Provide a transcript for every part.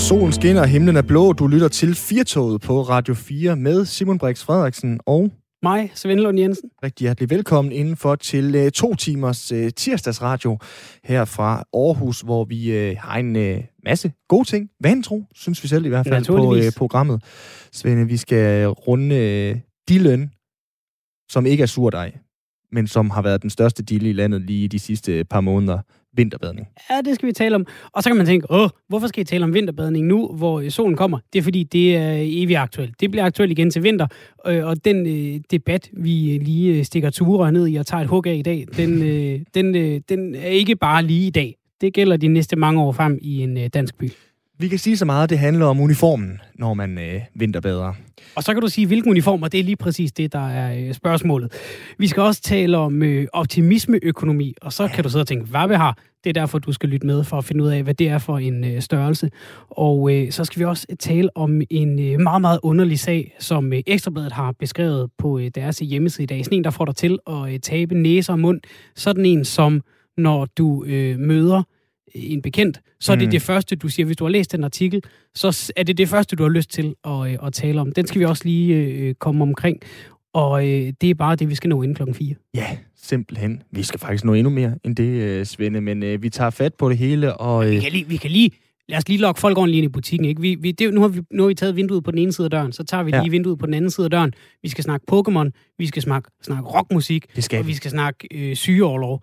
Solen skinner, og himlen er blå. Du lytter til Firtoget på Radio 4 med Simon Brix Frederiksen og mig, Svend Lund Jensen. Rigtig hjertelig velkommen indenfor til 2 timers tirsdagsradio her fra Aarhus, hvor vi har en masse gode ting. Vantro, synes vi selv i hvert fald, på programmet. Svend, vi skal runde dillen, som ikke er surdej, men som har været den største dille i landet lige de sidste par måneder. Vinterbadning. Ja, det skal vi tale om. Og så kan man tænke, hvorfor skal I tale om vinterbadning nu, hvor solen kommer? Det er fordi, det er evigt aktuelt. Det bliver aktuelt igen til vinter, og den debat, vi lige stikker ture ned i og tager et hug af i dag, den er ikke bare lige i dag. Det gælder de næste mange år frem i en dansk by. Vi kan sige så meget, det handler om uniformen, når man vinterbader. Og så kan du sige, hvilke uniformer, det er lige præcis det, der er spørgsmålet. Vi skal også tale om optimismeøkonomi, og så kan du sidde og tænke, hvad vi har? Det er derfor, du skal lytte med for at finde ud af, hvad det er for en størrelse. Og så skal vi også tale om en meget, meget underlig sag, som Ekstra Bladet har beskrevet på deres hjemmeside i dag. Sådan en, der får dig til at tabe næse og mund. Sådan en, som når du møder en bekendt, så er det det første, du siger. Hvis du har læst den artikel, så er det første, du har lyst til at tale om. Den skal vi også lige komme omkring. Og det er bare det, vi skal nå inden klokken 4. Ja, simpelthen. Vi skal faktisk nå endnu mere end det, Svende, men vi tager fat på det hele. Og vi kan lige... Lad os lige lokke folk ordentligt ind i butikken, ikke? Nu har vi taget vinduet på den ene side af døren, så tager vi lige vinduet på den anden side af døren. Vi skal snakke Pokémon, vi skal snakke rockmusik, og vi skal snakke sygeorlov.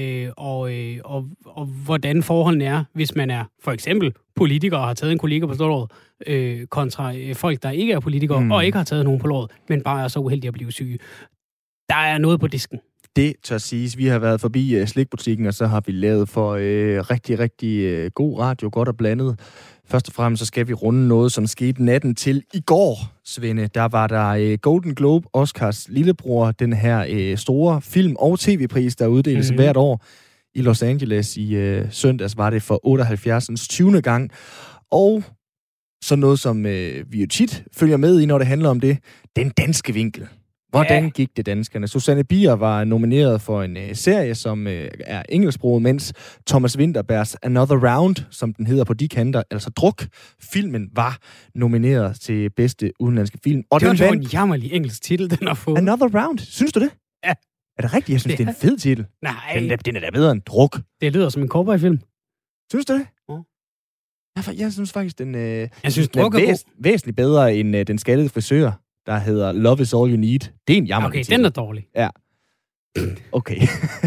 Og hvordan forholdene er, hvis man er for eksempel politiker og har taget en kollega på låret, kontra folk, der ikke er politikere og ikke har taget nogen på låret, men bare er så uheldige at blive syge. Der er noget på disken. Det tør siges. Vi har været forbi slikbutikken, og så har vi lavet for rigtig, rigtig god radio, godt og blandet. Først og fremmest så skal vi runde noget, som skete natten til i går, Svende. Der var der Golden Globe, Oscars lillebror, den her store film- og tv-pris, der uddeles hvert år i Los Angeles. I søndags var det for 78. 20. gang. Og så noget, som vi jo tit følger med i, når det handler om det, den danske vinkel. Hvordan gik det danskerne? Susanne Bier var nomineret for en serie, som er engelsksproget, mens Thomas Vinterbergs Another Round, som den hedder på de kanter, altså Druk-filmen, var nomineret til bedste udenlandske film. Og det var en jammerlig engelsk titel, den har fået. Another Round? Synes du det? Ja. Er det rigtigt? Jeg synes, det er en fed titel. Nej. Den er da bedre end Druk. Det lyder som en cowboyfilm. Synes du det? Jeg synes faktisk, den jeg synes, Druk er væsentligt bedre end Den skaldede frisør, der hedder Love is all you need. Det er en jammerlig titel. Den er dårlig. Ja. Okay.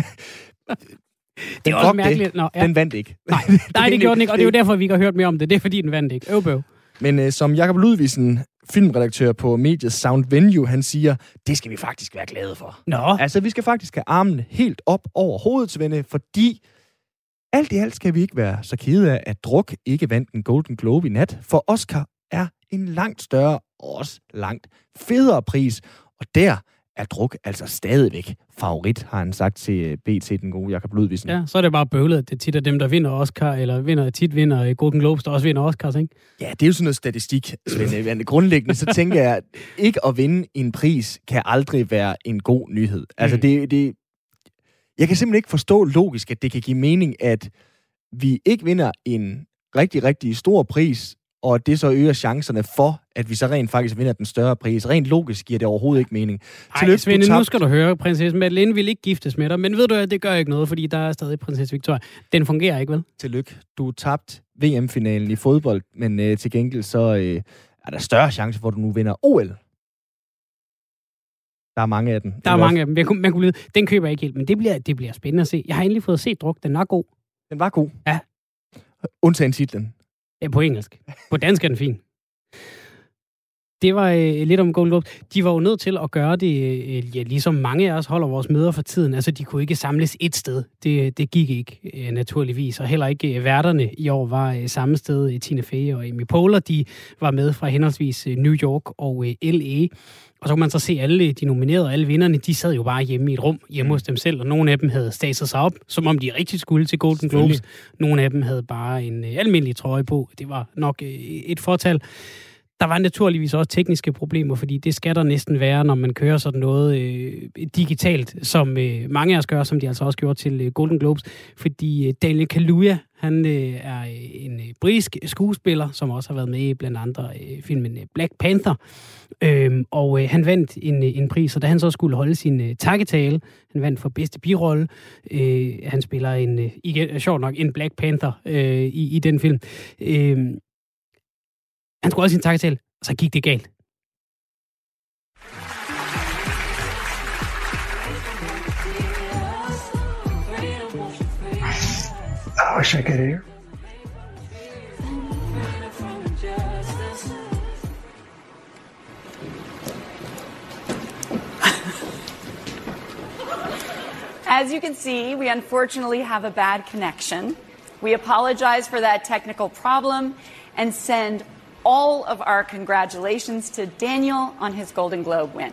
Det er også mærkeligt. Den vandt ikke. Nej, det gjorde den ikke, og det er jo derfor, vi ikke har hørt mere om det. Det er fordi, den vandt ikke. Øvbøv. Men som Jakob Ludvigsen, filmredaktør på mediet Sound Venue, han siger, det skal vi faktisk være glade for. Altså, vi skal faktisk have armene helt op over hovedet, Svende, fordi alt i alt skal vi ikke være så kede af, at Druk ikke vandt en Golden Globe i nat, for Oscar er en langt større og også langt federe pris, og der er Druk altså stadigvæk favorit, har han sagt til BT, den gode Jakob Ludvigsen. Ja, så er det bare bøvlet, at det tit er dem, der vinder Oscar, eller tit vinder Golden Globes, der også vinder Oscars, ikke? Ja, det er jo sådan noget statistik, Svend. Grundlæggende, så tænker jeg, at ikke at vinde en pris kan aldrig være en god nyhed. Altså, jeg kan simpelthen ikke forstå logisk, at det kan give mening, at vi ikke vinder en rigtig, rigtig stor pris, og det så øger chancerne for, at vi så rent faktisk vinder den større pris. Rent logisk giver det overhovedet ikke mening. Ej, Svende, nu skal du høre, prinsesse Madeleine vil ikke giftes med dig, men ved du, at det gør ikke noget, fordi der er stadig prinsesse Victoria. Den fungerer ikke, vel? Tillykke. Du tabte VM-finalen i fodbold, men til gengæld så er der større chance for, at du nu vinder OL. Der er mange af dem. Der er mange af dem. Man kunne den køber jeg ikke helt, men det bliver spændende at se. Jeg har endelig fået set Druk. Den var god. Den var god? Ja. Undtagen titlen. Ja, på engelsk. På dansk er den fin. Det var lidt om Golden Globe. De var jo nødt til at gøre det, ligesom mange af os holder vores møder for tiden. Altså, de kunne ikke samles et sted. Det gik ikke, naturligvis. Og heller ikke værterne i år var samme sted. Tina Fey og Amy Poehler, de var med fra henholdsvis New York og L.A., og så kunne man så se alle de nominerede og alle vinderne, de sad jo bare hjemme i et rum, hjemme hos dem selv, og nogle af dem havde staset sig op, som om de rigtig skulle til Golden Globes. Nogle af dem havde bare en almindelig trøje på. Det var nok et fortal. Der var naturligvis også tekniske problemer, fordi det skal der næsten være, når man kører sådan noget digitalt, som mange af os gør, som de altså også gjorde til Golden Globes. Fordi Daniel Kaluuya, Han er en britisk skuespiller, som også har været med i blandt andre filmen Black Panther. Og han vandt en pris, og da han så skulle holde sin takketale, han vandt for bedste birolle. Han spiller sjovt nok, en Black Panther i den film. Han skulle holde sin takketale, og så gik det galt. I wish I could hear. As you can see, we unfortunately have a bad connection. We apologize for that technical problem and send all of our congratulations to Daniel on his Golden Globe win.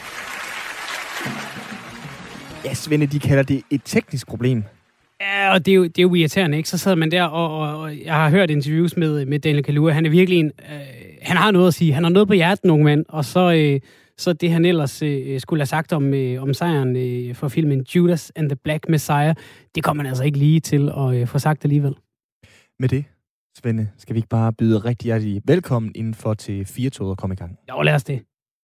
Ja, Svende, de kalder det et teknisk problem. Ja, og det er jo irriterende, ikke? Så sidder man der, og jeg har hørt interviews med Daniel Kaluuya. Han er virkelig han har noget at sige. Han har noget på hjertet, unge mand. Og så det, han ellers skulle have sagt om sejren for filmen Judas and the Black Messiah, det kommer man altså ikke lige til at få sagt alligevel. Med det, Svende, skal vi ikke bare byde rigtig hjertelig velkommen indenfor til 4-toget og komme i gang? Jo, lad os det.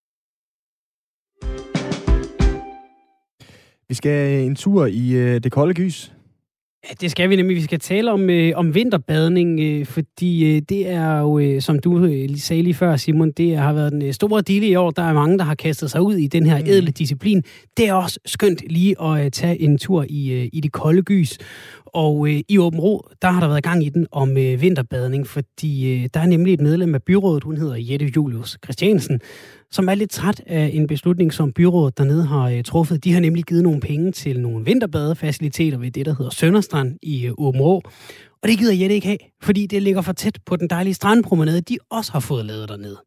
Vi skal en tur i det kolde gys. Ja, det skal vi nemlig. Vi skal tale om vinterbadning, fordi det er jo, som du sagde lige før, Simon, det har været en stor del i år. Der er mange, der har kastet sig ud i den her ædle disciplin. Det er også skønt lige at tage en tur i det kolde gys. Og i Åben Rå, der har der været gang i den om vinterbadning, fordi der er nemlig et medlem af byrådet, hun hedder Jette Julius Christiansen, som er lidt træt af en beslutning, som byrådet dernede har truffet. De har nemlig givet nogle penge til nogle vinterbadefaciliteter ved det, der hedder Sønderstrand i Åben Rå. Og det gider Jette ikke have, fordi det ligger for tæt på den dejlige strandpromenade, de også har fået lavet dernede.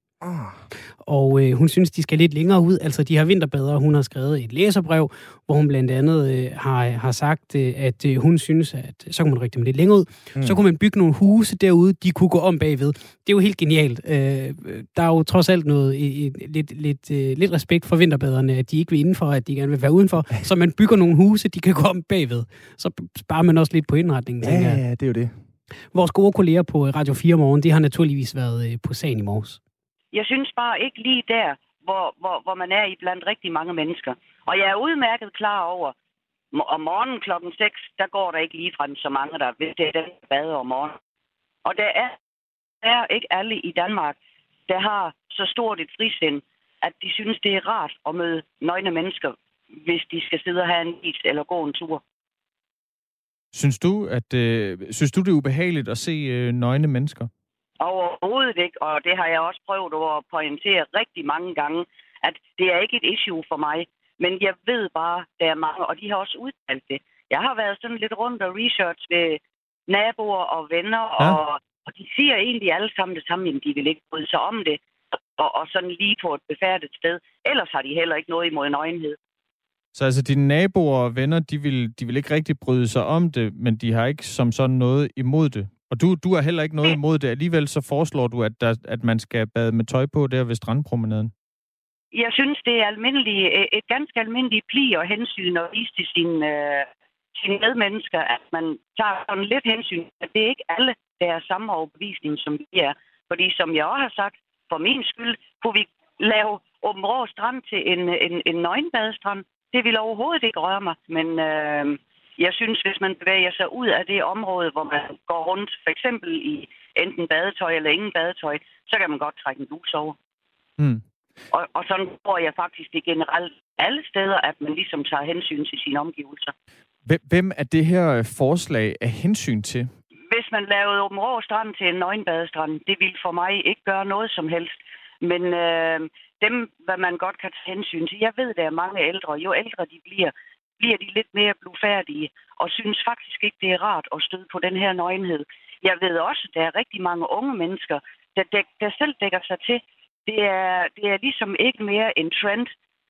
Og hun synes, de skal lidt længere ud. Altså de her vinterbadere, hun har skrevet et læserbrev, hvor hun blandt andet har sagt, at hun synes, at så kunne man rykke dem lidt længere ud. Så kunne man bygge nogle huse derude, de kunne gå om bagved. Det er jo helt genialt. Der er jo trods alt noget lidt respekt for vinterbaderne, at de ikke vil indenfor, at de gerne vil være udenfor. Så man bygger nogle huse, de kan gå om bagved. Så sparer man også lidt på indretningen. Ja, det er jo det. Vores gode kolleger på Radio 4 Morgen, de har naturligvis været på sagen i morges. Jeg synes bare ikke lige der, hvor man er i blandt rigtig mange mennesker. Og jeg er udmærket klar over, om morgenen klokken 6, der går der ikke ligefrem så mange, der ved det, der bader om morgenen. Og der er ikke alle i Danmark, der har så stort et frisind, at de synes, det er rart at møde nøgne mennesker, hvis de skal sidde og have en is eller gå en tur. Synes du, det er ubehageligt at se nøgne mennesker? Overhovedet ikke, og det har jeg også prøvet at pointere rigtig mange gange, at det er ikke et issue for mig. Men jeg ved bare, der er mange, og de har også udtalt det. Jeg har været sådan lidt rundt og research ved naboer og venner, ja. og de siger egentlig alle sammen det samme, men de vil ikke bryde sig om det, og sådan lige på et befærdet sted. Ellers har de heller ikke noget imod nøgenhed. Så altså dine naboer og venner, de vil ikke rigtig bryde sig om det, men de har ikke som sådan noget imod det? Og du har heller ikke noget imod det. Alligevel så foreslår du, at man skal bade med tøj på der ved strandpromenaden. Jeg synes, det er et ganske almindeligt pli og hensyn at vise til sine medmennesker, at man tager sådan lidt hensyn. At det er ikke alle, der er samme overbevisning, som vi er. Fordi som jeg også har sagt, for min skyld, kunne vi lave Åben Rå Strand til en nøgenbadestrand. Det vil overhovedet ikke røre mig, men jeg synes, hvis man bevæger sig ud af det område, hvor man går rundt, for eksempel i enten badetøj eller ingen badetøj, så kan man godt trække en bluse over. Mm. Og sådan tror jeg faktisk, det generelt alle steder, at man ligesom tager hensyn til sine omgivelser. Hvem er det her forslag af hensyn til? Hvis man lavede Åben Rå Strand til en nøgenbadestrand, det ville for mig ikke gøre noget som helst. Men dem, hvad man godt kan tage hensyn til. Jeg ved, der er mange ældre. Jo ældre de bliver de lidt mere blufærdige, og synes faktisk ikke, det er rart at støde på den her nøgenhed. Jeg ved også, at der er rigtig mange unge mennesker, der selv dækker sig til. Det er ligesom ikke mere en trend,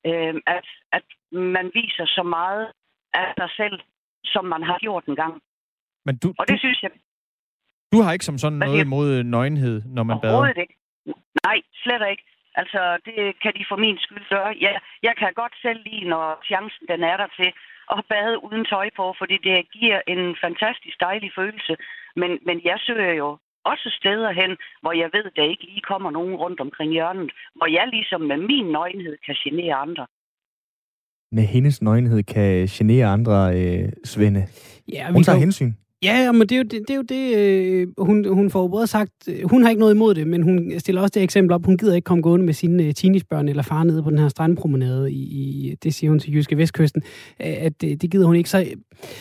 at man viser så meget af sig selv, som man har gjort en gang. Men og det synes jeg... Du har ikke som sådan noget imod nøgenhed, når man bader? Overhovedet ikke. Nej, slet ikke. Altså, det kan de for min skyld gøre. Jeg kan godt selv lide, når chancen den er der til at bade uden tøj på, fordi det giver en fantastisk dejlig følelse. Men jeg søger jo også steder hen, hvor jeg ved, der ikke lige kommer nogen rundt omkring hjørnet, hvor jeg ligesom med min nøgenhed kan genere andre. Med hendes nøgenhed kan genere andre, Svende. Ja, Hun tager hensyn. Ja, men det er jo det, hun får både sagt, hun har ikke noget imod det, men hun stiller også det eksempel op, hun gider ikke komme gående med sine teenagebørn eller far nede på den her strandpromenade i det siger hun til Jyske Vestkysten, at det gider hun ikke. Så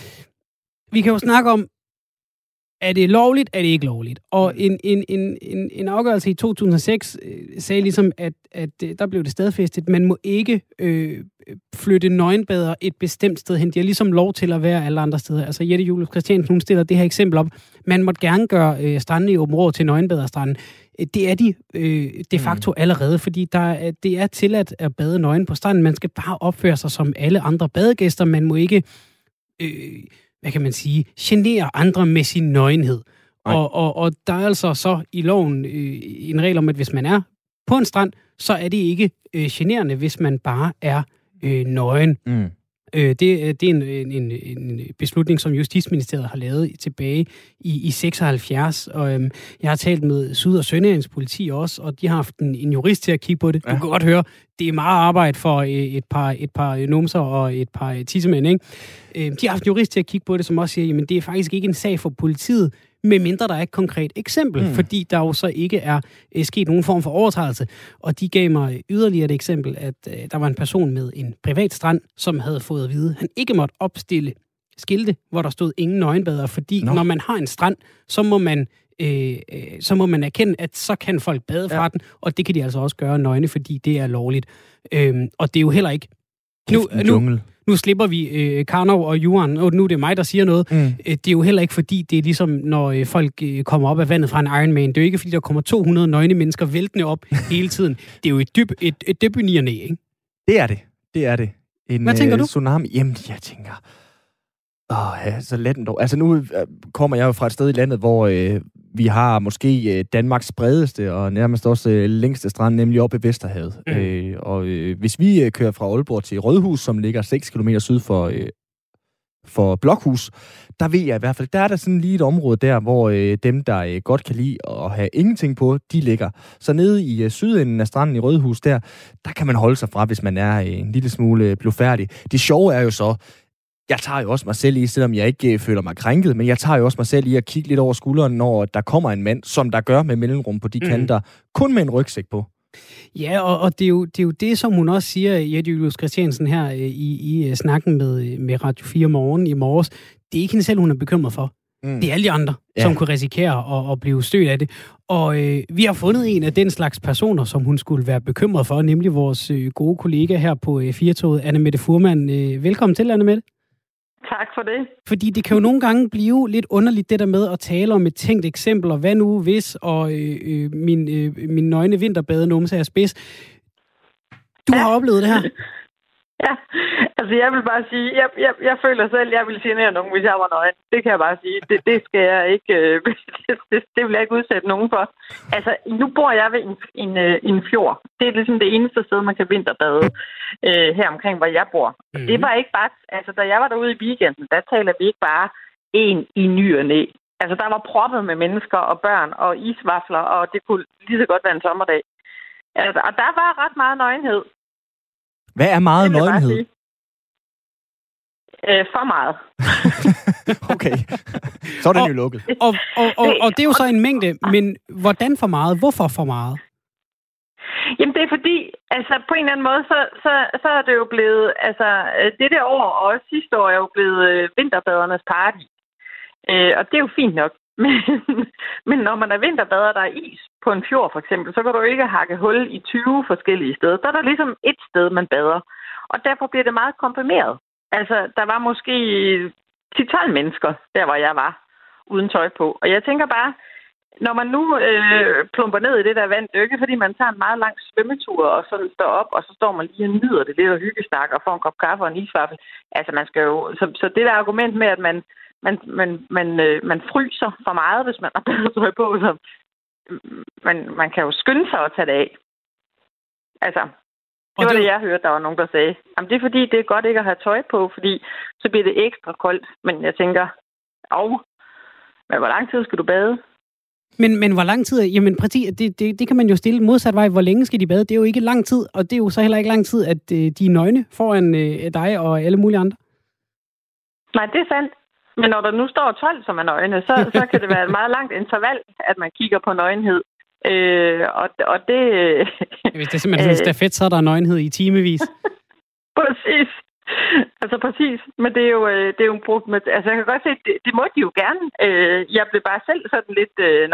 vi kan jo snakke om, er det lovligt, er det ikke lovligt? Og en afgørelse i 2006 sagde ligesom, at der blev det stadfæstet, man må ikke flytte nøgenbader et bestemt sted hen. De har ligesom lov til at være alle andre steder. Altså Jette Julius Christiansen, hun stiller det her eksempel op. Man måtte gerne gøre stranden i Aabenraa til nøgenbaderstranden. Det er de de facto allerede, fordi det er tilladt at bade nøgen på stranden. Man skal bare opføre sig som alle andre badegæster. Man må ikke hvad kan man sige, genere andre med sin nøgenhed. Og der er altså så i loven en regel om, at hvis man er på en strand, så er det ikke generende, hvis man bare er nøgen. Det er en beslutning, som Justitsministeriet har lavet tilbage i 76, og jeg har talt med Syd- og Sønderjyllands politi også, og de har haft en jurist til at kigge på det. Du kan godt høre, det er meget arbejde for et par numser og et par tissemænd, ikke? De har haft en jurist til at kigge på det, som også siger, jamen det er faktisk ikke en sag for politiet, medmindre der er et konkret eksempel, fordi der jo så ikke er sket nogen form for overtrædelse. Og de gav mig yderligere et eksempel, at der var en person med en privat strand, som havde fået at vide, at han ikke måtte opstille skilte, hvor der stod ingen nøgenbader, fordi når man har en strand, så må man erkende, at så kan folk bade fra den, og det kan de altså også gøre nøgne, fordi det er lovligt. Og det er jo heller ikke... Nu slipper vi Karnov og Juren, og nu er det mig, der siger noget. Det er jo heller ikke, fordi det er ligesom, når folk kommer op af vandet fra en Ironman. Det er jo ikke, fordi der kommer 200 nøgne mennesker væltende op hele tiden. Det er jo et dyb i næ, ikke? Det er det. Det er det. Hvad tænker du? Tsunami. Jamen, jeg tænker... så let dog. Altså, nu kommer jeg jo fra et sted i landet, hvor vi har måske Danmarks bredeste og nærmest også længste strand, nemlig oppe ved Vesterhavet. Hvis vi kører fra Aalborg til Rødhus, som ligger 6 km syd for Blokhus, der ved jeg i hvert fald, der er der sådan lige et område der, hvor dem, der godt kan lide at have ingenting på, de ligger. Så nede i sydenden af stranden i Rødhus der kan man holde sig fra, hvis man er en lille smule blufærdig. Det sjove er jo så, jeg tager jo også mig selv i, selvom jeg ikke føler mig krænket, men jeg tager jo også mig selv i at kigge lidt over skulderen, når der kommer en mand, som der gør med mellemrum på de kanter, kun med en rygsæk på. Ja, og det er jo det, som hun også siger, Jette Julius Christiansen her i snakken med Radio 4 Morgen i morges. Det er ikke hende selv, hun er bekymret for. Det er alle de andre, som kunne risikere at blive stødt af det. Og vi har fundet en af den slags personer, som hun skulle være bekymret for, nemlig vores gode kollega her på 4-toget, Annemette Fuhrmann. Velkommen til, Annemette. Tak for det. Fordi det kan jo nogle gange blive lidt underligt, det der med at tale om et tænkt eksempel, og hvad nu hvis, og min nøgne vinterbadenumse er spids. Du har oplevet det her? Ja, altså jeg vil bare sige, jeg føler selv, jeg ville genere nogen, hvis jeg var nøgen. Det kan jeg bare sige. Det skal jeg ikke, det vil jeg ikke udsætte nogen for. Altså, nu bor jeg ved en fjord. Det er ligesom det eneste sted, man kan vinterbade her omkring, hvor jeg bor. Det var ikke bare, altså da jeg var derude i weekenden, der taler vi ikke bare en i ny og næ. Altså, der var proppet med mennesker og børn og isvafler, og det kunne lige så godt være en sommerdag. Altså, og der var ret meget nøgenhed. Hvad er meget nøgenhed? For meget. Okay. Så er den jo lukket. Og det er jo så en mængde, men hvordan for meget? Hvorfor for meget? Jamen det er fordi, altså på en eller anden måde, så er det jo blevet, altså dette år og også sidste år er jo blevet vinterbadernes party. Og det er jo fint nok. Men når man er vinterbader, der er is på en fjord for eksempel, så kan du ikke hakke hul i 20 forskellige steder. Der er der ligesom et sted, man bader. Og derfor bliver det meget komprimeret. Altså, der var måske 10-12 mennesker, der hvor jeg var, uden tøj på. Og jeg tænker bare, når man nu plumper ned i det der vand, det er jo ikke fordi, man tager en meget lang svømmetur og sådan står op, og så står man lige og nyder det lidt og hyggesnak og får en kop kaffe og en isvaffel. Altså, man skal jo... Så det der argument med, at man fryser for meget, hvis man har badetøj på, så man kan jo skynde sig at tage det af. Altså, Det var det, jeg hørte, der var nogen, der sagde. Jamen, det er fordi, det er godt ikke at have tøj på, fordi så bliver det ekstra koldt. Men jeg tænker, men hvor lang tid skal du bade? Men hvor lang tid? Jamen præcis, det kan man jo stille modsat vej. Hvor længe skal de bade? Det er jo ikke lang tid, og det er jo så heller ikke lang tid, at de er nøgne foran dig og alle mulige andre. Nej, det er sandt. Men når der nu står 12, som er nøgne, så kan det være et meget langt interval, at man kigger på nøgenhed. Og det... Hvis det er simpelthen sådan en stafet, så er der nøgenhed i timevis. Præcis. Altså præcis. Men det er jo en problem. Altså jeg kan godt se, det må de jo gerne. Jeg blev bare selv sådan lidt,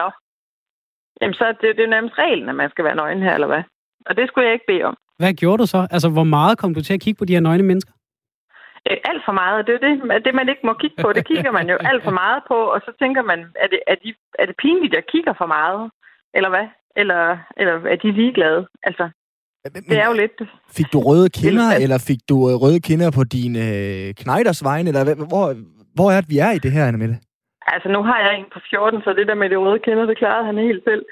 Jamen så det er jo nærmest reglen, at man skal være nøgen her, eller hvad? Og det skulle jeg ikke bede om. Hvad gjorde du så? Altså hvor meget kom du til at kigge på de her nøgne mennesker? Alt for meget. Det er jo det, man ikke må kigge på. Det kigger man jo alt for meget på, og så tænker man, er det pinligt, at jeg kigger for meget? Eller hvad? Eller er de ligeglade? Altså, det er jo lidt... Fik du røde kinder, eller fik du røde kinder på dine knejders vegne? Eller hvor er det, vi er i det her, Anne-Mette? Altså, nu har jeg en på 14, så det der med de røde kinder, det klarede han helt selv.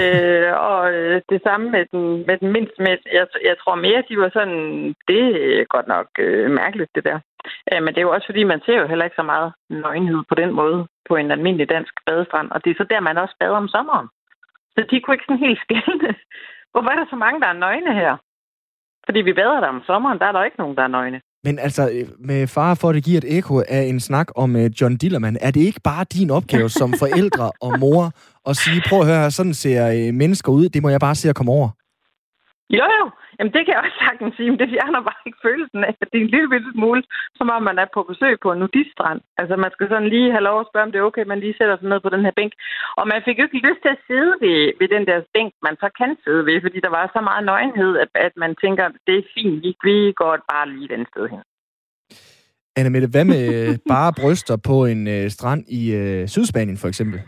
Det samme med den mindste med... Jeg tror mere, de var sådan... Det er godt nok mærkeligt, det der. Men det er jo også, fordi man ser jo heller ikke så meget nøgenhed på den måde på en almindelig dansk badestrand. Og det er så der, man også bader om sommeren. Så de kunne ikke sådan helt skelne. Hvorfor er der så mange, der er nøgne her? Fordi vi bader der om sommeren, der er der ikke nogen, der er nøgne. Men altså, med fare for, at det giver et ekko af en snak om John Dillermand, er det ikke bare din opgave som forældre og mor at sige, prøv at høre, sådan ser mennesker ud, det må jeg bare se at komme over? Jo. Jamen, det kan jeg også sagtens sige, men det fjerner bare ikke følelsen af, at det er en lille smule, som om man er på besøg på en nudiststrand. Altså, man skal sådan lige have lov at spørge, om det er okay, man lige sætter sig ned på den her bænk. Og man fik jo ikke lyst til at sidde ved den der bænk, man så kan sidde ved, fordi der var så meget nøgenhed, at man tænker, det er fint, vi går bare lige den sted hen. Anne-Mette, hvad med bare bryster på en strand i Sydspanien, for eksempel?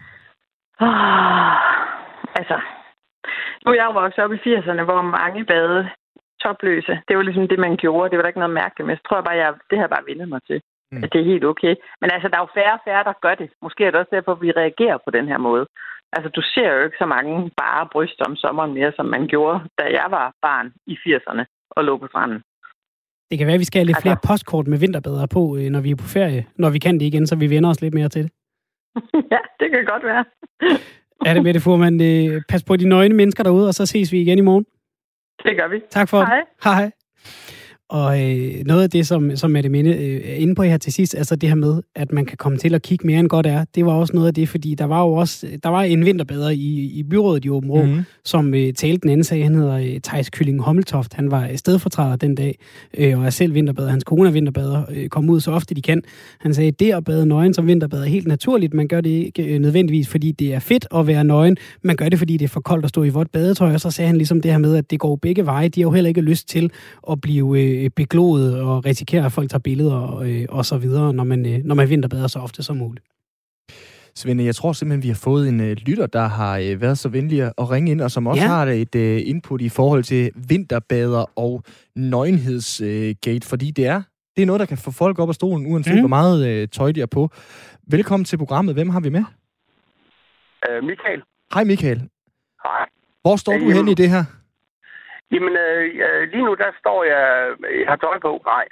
Altså... Nu er jeg jo vokset op i 80'erne, hvor mange badede topløse. Det var ligesom det, man gjorde. Det var der ikke noget mærkeligt med. Så tror jeg bare, det har jeg bare vendet mig til. At det er helt okay. Men altså, der er jo færre, der gør det. Måske er det også derfor, vi reagerer på den her måde. Altså, du ser jo ikke så mange bare bryster om sommeren mere, som man gjorde, da jeg var barn i 80'erne og lå på stranden. Det kan være, at vi skal have lidt flere postkort med vinterbadere på, når vi er på ferie. Når vi kan det igen, så vi vender os lidt mere til det. Ja, det kan godt være. Anne-Mette Fuhrmann, pas på de nøgne mennesker derude, og så ses vi igen i morgen. Det gør vi. Tak for det. Hej. Og noget af det, som Mette Minde er inde på her til sidst, altså det her med, at man kan komme til at kigge mere end godt er, det var også noget af det, fordi der var en vinterbader i byrådet i Aabenraa, som talte den anden sag. Han hedder Theis Kylling Hommeltoft. Han var stedfortræder den dag, og er selv vinterbader. Hans kone er vinterbader, kom ud så ofte de kan. Han sagde, det at bade nøgen som vinterbader er helt naturligt. Man gør det ikke nødvendigvis, fordi det er fedt at være nøgen. Man gør det, fordi det er for koldt at stå i vådt badetøj. Og så sagde han ligesom det her med, at det går begge veje. De har jo heller ikke lyst til at blive begloet og risikere, at folk tager billeder og så videre, når man vinterbader så ofte som muligt. Svende, jeg tror simpelthen, vi har fået en lytter, der har været så venlig at ringe ind, og som også har et input i forhold til vinterbader og nøgenhedsgate, fordi det er noget, der kan få folk op af stolen, uanset hvor meget tøj de er på. Velkommen til programmet. Hvem har vi med? Michael. Hej Michael. Hej. Hvor står du henne i det her? Jamen, lige nu, der står jeg har tøj på. Nej.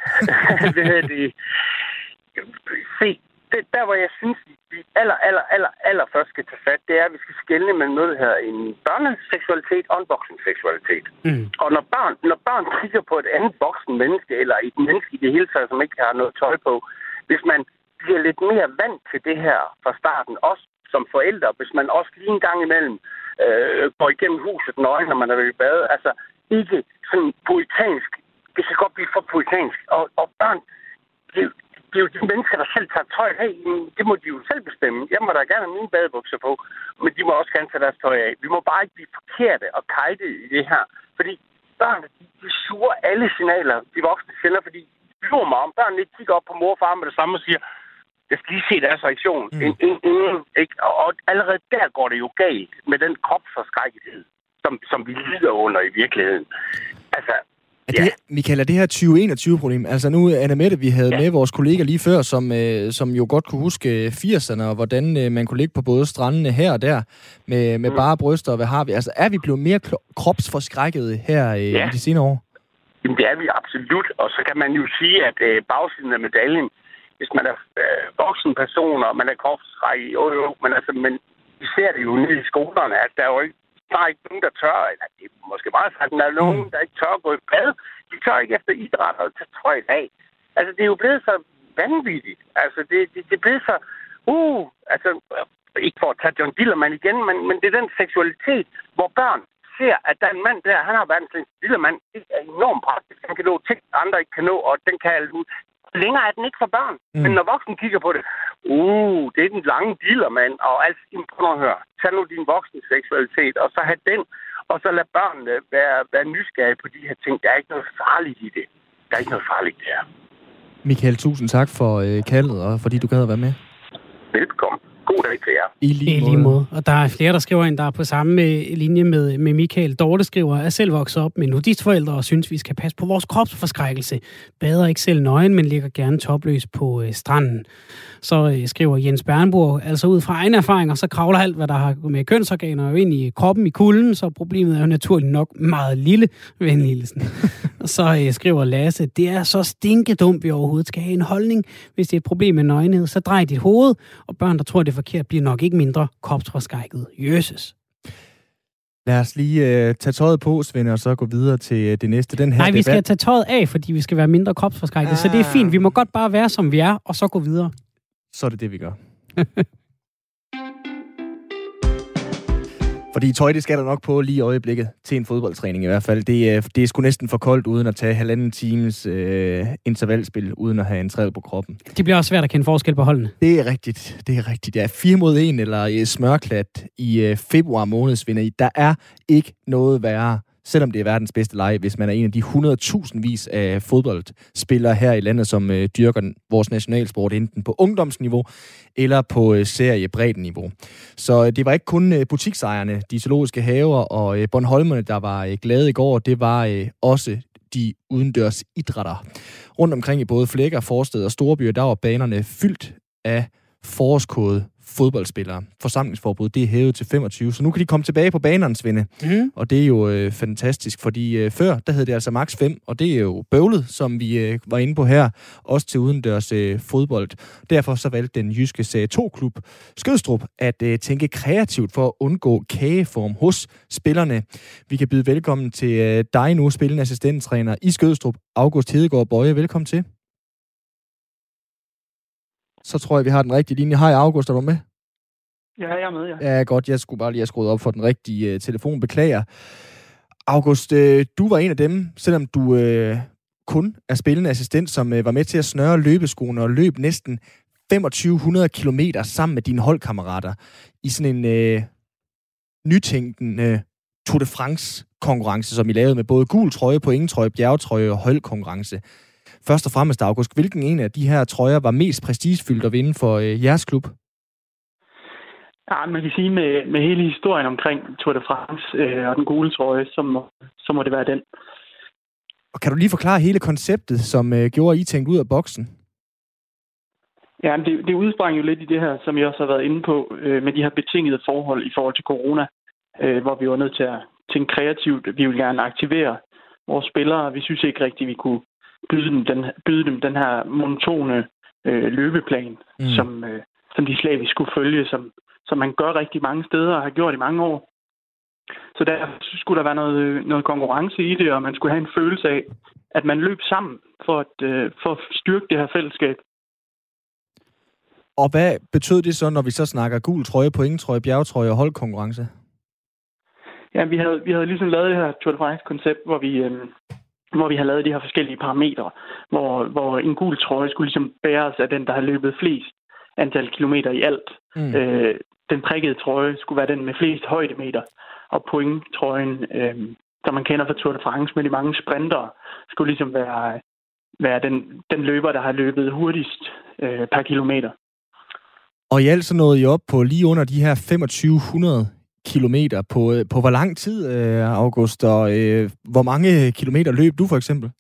Se, der hvor jeg synes, vi aller først skal tage fat, det er, at vi skal skelne mellem noget, der hedder en børneseksualitet og en voksenseksualitet. Og når børn kigger på et andet voksen menneske, eller et menneske i det hele taget, som ikke har noget tøj på, hvis man bliver lidt mere vant til det her fra starten, også som forældre, hvis man også lige en gang imellem går igennem huset nøgen, når man er ved bade, altså ikke sådan puritansk. Det kan godt blive for puritansk. Og børn, det er jo de mennesker, der selv tager tøj af. Det må de jo selv bestemme. Jeg må da gerne have mine badebukser på, men de må også gerne tage deres tøj af. Vi må bare ikke blive forkerte og kajte i det her. Fordi børn, de suger alle signaler, de voksne sender, fordi de lurer mig om. Børn ikke kigger op på mor og far med det samme og siger, jeg skal lige se deres reaktion. Og allerede der går det jo galt med den kropsforskrækkethed, som vi lider under i virkeligheden. Altså, Michael, er det her 2021-problem? Altså nu, Anne-Mette, vi havde med vores kollega lige før, som jo godt kunne huske 80'erne, og hvordan man kunne ligge på både strandene her og der, med bare bryster, og hvad har vi? Altså, er vi blevet mere kropsforskrækkede her i de senere år? Jamen, det er vi absolut. Og så kan man jo sige, at bagsiden af medaljen, hvis man er voksen person, og man er korpsrække, men vi ser det jo nede i skolerne, at der er jo ikke nogen, der tør, eller det er måske meget sagt, men der er nogen, der ikke tør at gå i bad. De tør ikke efter idræt og tage trøjt af. Altså, det er jo blevet så vanvittigt. Altså, det er blevet så... ikke for at tage John Dillermand igen, men det er den seksualitet, hvor børn ser, at der er en mand der, han har verdens længste Dillermand. Det er enormt praktisk. Han kan nå ting, andre ikke kan nå, og den kan alt ud. Længere er den ikke for børn. Men når voksne kigger på det, det er den lange Dillermand, og altså, prøv at høre, tag nu din voksne seksualitet, og så have den, og så lad børnene være nysgerrige på de her ting. Der er ikke noget farligt i det. Der er ikke noget farligt der. Michael, tusind tak for kaldet, og fordi du gad at være med. Velkommen. God dag til jer. I lige måde. Og der er flere, der skriver ind, der er på samme linje med Michael. Dorte skriver, at selv vokset op med nudistforældre og synes, vi skal passe på vores kropsforskrækkelse. Bader ikke selv nøgen, men ligger gerne topløs på stranden. Så skriver Jens Bernburg, altså ud fra egne erfaringer, så kravler alt, hvad der har med kønsorganer jo ind i kroppen i kulden, så problemet er jo naturligt nok meget lille, venligelsen. Og så skriver Lasse, det er så stinkedumt, vi overhovedet skal have en holdning. Hvis det er et problem med nøgenhed, så drej dit hoved, og børn, der tror, det er forkert, bliver nok ikke mindre kropsforskrækket. Jøsses. Lad os lige tage tøjet på, Svend, og så gå videre til det næste. Den her Nej, vi skal tage tøjet af, fordi vi skal være mindre kropsforskrækket. Så det er fint. Vi må godt bare være, som vi er, og så gå videre. Så er det vi gør. Fordi tøj, det skal der nok på lige i øjeblikket, til en fodboldtræning i hvert fald. Det er sgu næsten for koldt, uden at tage 1,5 times intervalspil, uden at have en træd på kroppen. Det bliver også svært at kende forskel på holdene. Det er rigtigt. Ja, 4 mod 1 eller smørklat i februar måned, Svend. Der er ikke noget værre, selvom det er verdens bedste leg, hvis man er en af de 100.000vis af fodboldspillere her i landet, som dyrker vores nationalsport, enten på ungdomsniveau eller på seriebreddenniveau. Så det var ikke kun butiksejerne, de zoologiske haver og Bornholmerne, der var glade i går. Det var også de udendørs idrætter. Rundt omkring i både Flækker, Forsted og Storbyer, der var banerne fyldt af forårskåde fodboldspillere. Forsamlingsforbud, det er hævet til 25, så nu kan de komme tilbage på banerne, Svende. Og det er jo fantastisk, fordi før, der hed det altså max 5, og det er jo bøvlet, som vi var inde på her, også til udendørs fodbold. Derfor så valgte den jyske Serie 2-klub Skødstrup at tænke kreativt for at undgå kageform hos spillerne. Vi kan byde velkommen til dig nu, spillende assistenttræner i Skødstrup, August Hedegaard Bøje. Velkommen til. Så tror jeg, vi har den rigtige linje. Hej, August, er du med? Ja, jeg er med, ja. Ja, godt. Jeg skulle bare lige have skruet op for den rigtige telefon. Beklager. August, du var en af dem, selvom du kun er spillende assistent, som var med til at snøre løbeskoene og løb næsten 2500 kilometer sammen med dine holdkammerater i sådan en nytænkende Tour de France-konkurrence, som I lavede med både gul trøje, pointtrøje, bjergetrøje og holdkonkurrence. Først og fremmest, August, hvilken en af de her trøjer var mest prestigefyldt at vinde for jeres klub? Ja, man kan sige, med hele historien omkring Tour de France og den gule trøje, så må det være den. Og kan du lige forklare hele konceptet, som gjorde, at I tænkte ud af boksen? Ja, det udsprang jo lidt i det her, som jeg også har været inde på, med de her betingede forhold i forhold til corona, hvor vi var nødt til at tænke kreativt. Vi ville gerne aktivere vores spillere. Vi synes ikke rigtigt, vi kunne byde dem den her monotone løbeplan, som de slavisk skulle følge, som man gør rigtig mange steder og har gjort i mange år. Så der skulle der være noget konkurrence i det, og man skulle have en følelse af, at man løb sammen for at styrke det her fællesskab. Og hvad betød det så, når vi så snakker gul trøje, pointtrøje, bjergetrøje og holdkonkurrence? Ja, vi havde ligesom lavet det her Tour de France-koncept, hvor vi har lavet de her forskellige parametre, hvor en gul trøje skulle ligesom bæres af den, der har løbet flest antal kilometer i alt. Den prikkede trøje skulle være den med flest højdemeter, og pointtrøjen, som man kender fra Tour de France med de mange sprintere, skulle ligesom være den løber, der har løbet hurtigst per kilometer. Og i alt så nåede I op på lige under de her 2500 kilometer på hvor lang tid, August, og hvor mange kilometer løb du for eksempel?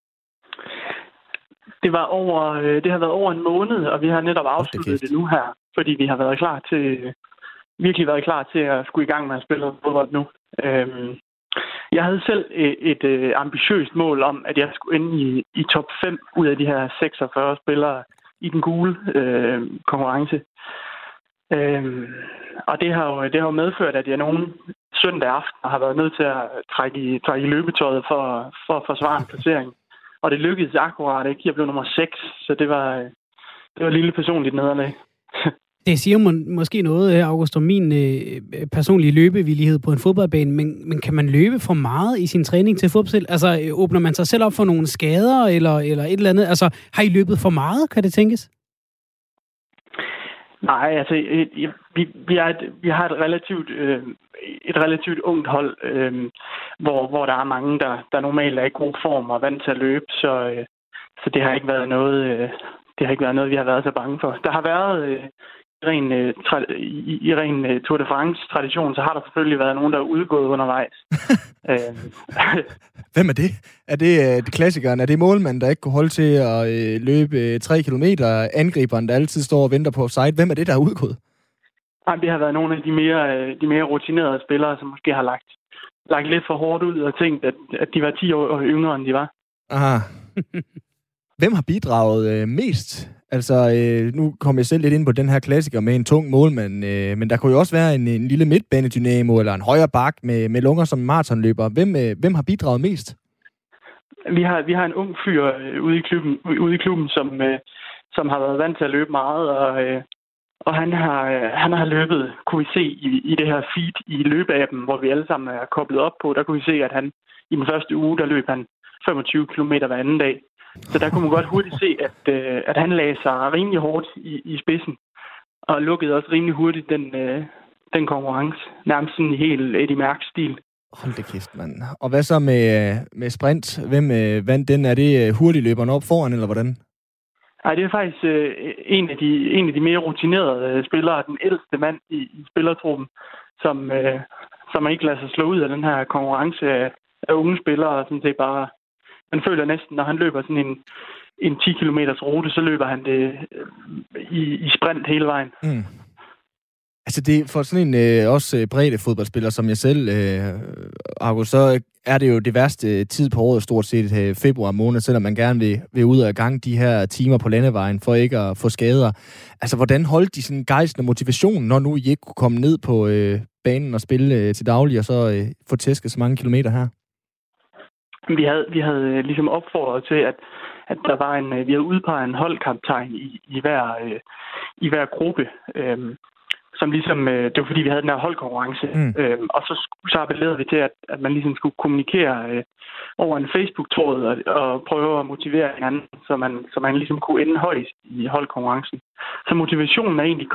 Det har været over en måned, og vi har netop afsluttet det nu her, fordi vi har virkelig været klar til at skulle i gang med at spille fodbold nu. Jeg havde selv et ambitiøst mål om, at jeg skulle ende i top 5 ud af de her 46 spillere i den gule konkurrence. Og det har jo medført, at jeg nogen søndag aften har været nødt til at trække i løbetøjet for at forsvare en placering. Og det lykkedes akkurat ikke. Jeg blev nummer 6, så det var et lille personligt nederlag. Det siger måske noget, August, om min personlige løbevillighed på en fodboldbane, men kan man løbe for meget i sin træning til fodbold? Altså, åbner man sig selv op for nogle skader eller et eller andet? Altså, har I løbet for meget, kan det tænkes? Nej, altså, vi har et relativt ungt hold, hvor der er mange, der normalt er i god form og vant til at løbe, så det har ikke været noget, vi har været så bange for. Der har været i ren Tour de France-tradition, så har der selvfølgelig været nogen, der er udgået undervejs. Hvem er det? Er det klassikeren? Er det målmanden, der ikke kunne holde til at løbe 3 kilometer? Angriberen, der altid står og venter på offside? Hvem er det, der er udgået? Nej, det har været nogle af de mere rutinerede spillere, som måske har lagt lidt for hårdt ud og tænkt, at de var 10 år yngre, end de var. Aha. Hvem har bidraget mest? Altså, nu kom jeg selv lidt ind på den her klassiker med en tung målmand, men der kunne jo også være en lille midtbanedynamo eller en højre bak med lunger som maratonløber. Hvem har bidraget mest? Vi har en ung fyr ude i klubben, som har været vant til at løbe meget, og han har løbet, kunne vi se i det her feed i løbeappen, hvor vi alle sammen er koblet op på. Der kunne vi se, at han i den første uge, der løb han 25 kilometer hver anden dag. Så der kunne man godt hurtigt se, at han lagde sig rimelig hårdt i spidsen, og lukkede også rimelig hurtigt den konkurrence. Nærmest sådan i helt Eddie Merckx-stil. Hold da kæft, mand. Og hvad så med sprint? Hvem vandt den? Er det hurtigløberen op foran, eller hvordan? Nej, det er faktisk en af de mere rutinerede spillere, den ældste mand i spillertruppen, som ikke lader sig slå ud af den her konkurrence af unge spillere, og sådan set bare. Man føler næsten, når han løber sådan en 10 kilometers rute, så løber han det i sprint hele vejen. Mm. Altså det for sådan en også bredde fodboldspiller som jeg selv, August, så er det jo det værste tid på året, stort set februar måned, selvom man gerne vil ud af gang de her timer på landevejen for ikke at få skader. Altså hvordan holdt de sådan gejsten og motivation, når nu I ikke kunne komme ned på banen og spille til daglig, og så få tæsket så mange kilometer her? Vi havde ligesom opfordret til, at der var vi havde udpeget en holdkaptajn i hver gruppe, som ligesom, det var fordi vi havde den her holdkonkurrence, og så appellerede vi til, at man ligesom skulle kommunikere over en Facebook-tråd og prøve at motivere hinanden, så man ligesom kunne ende højst i holdkonkurrencen. Så motivationen er egentlig